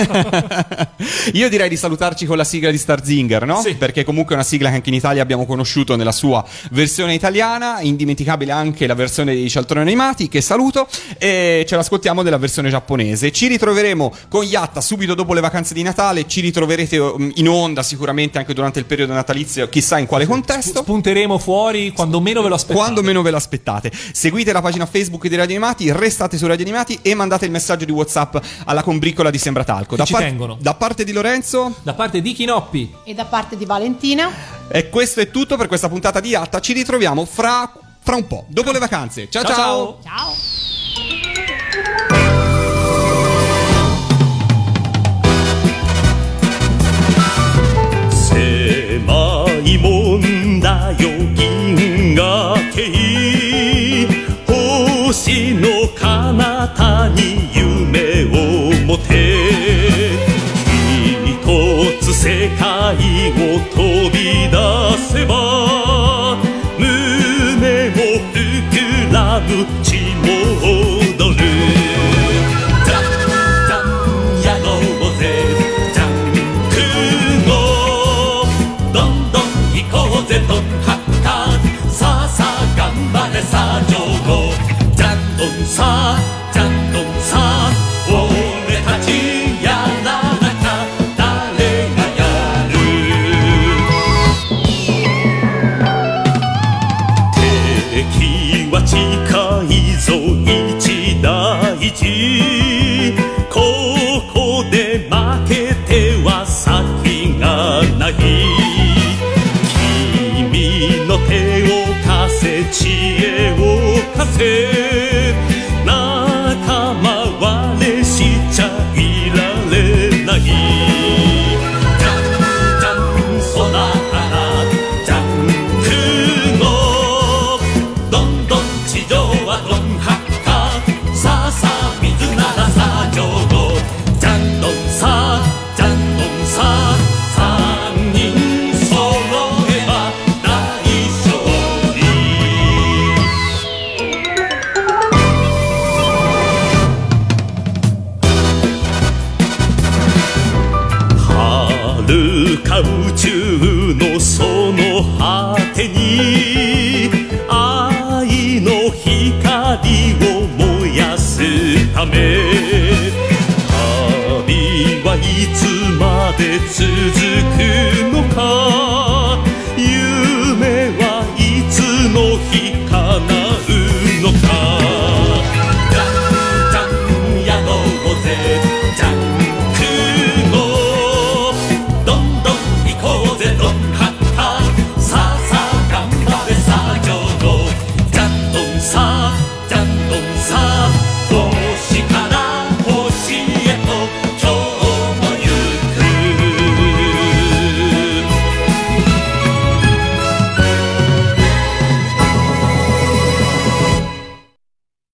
Io direi di salutarci con la sigla di Starzinger, no? Sì. Perché comunque è una sigla che anche in Italia abbiamo conosciuto nella sua versione italiana, indimenticabile anche la versione dei Cialtroni Animati, che saluto, e ce l'ascoltiamo nella versione giapponese. Ci ritroveremo torneremo con Yatta subito dopo le vacanze di Natale. Ci ritroverete in onda sicuramente anche durante il periodo natalizio, chissà in quale contesto. Spunteremo fuori quando meno ve lo aspettate. Quando meno ve lo aspettate. Seguite la pagina Facebook di Radio Animati, restate su Radio Animati e mandate il messaggio di WhatsApp alla combriccola di Sembratalco. Da, ci par- tengono. da parte di Lorenzo, da parte di Chinoppi e da parte di Valentina. E questo è tutto per questa puntata di Yatta. Ci ritroviamo fra, fra un po', dopo le vacanze. Ciao ciao. Ciao. Ciao. Semai mondayo ginga kei Hoshi no kanata ni yume o mote Hitotsu sekai wo tobidaseba Mune mo fukuramu chi modoru Zan zan yaroze Janku no Don don ikoze don hakka Sa sa ganbare sa jogo Jan don sa Jan don sa Ore tachi yaranaka Dare ga yaru Teki wa chikai zo ichi daiji Koko de makete wa saki ga nai Kimi no te o kase chie o kase Nakama wa ne shicha irare nai Jan jan sora kara janku no Don don chijou wa don hakka Sa sa mizu nara sa jogo Jan don sa jan don sa San nin soroeba daishōri Haruka宇宙のその果てに愛の光を燃やすため旅はいつまで続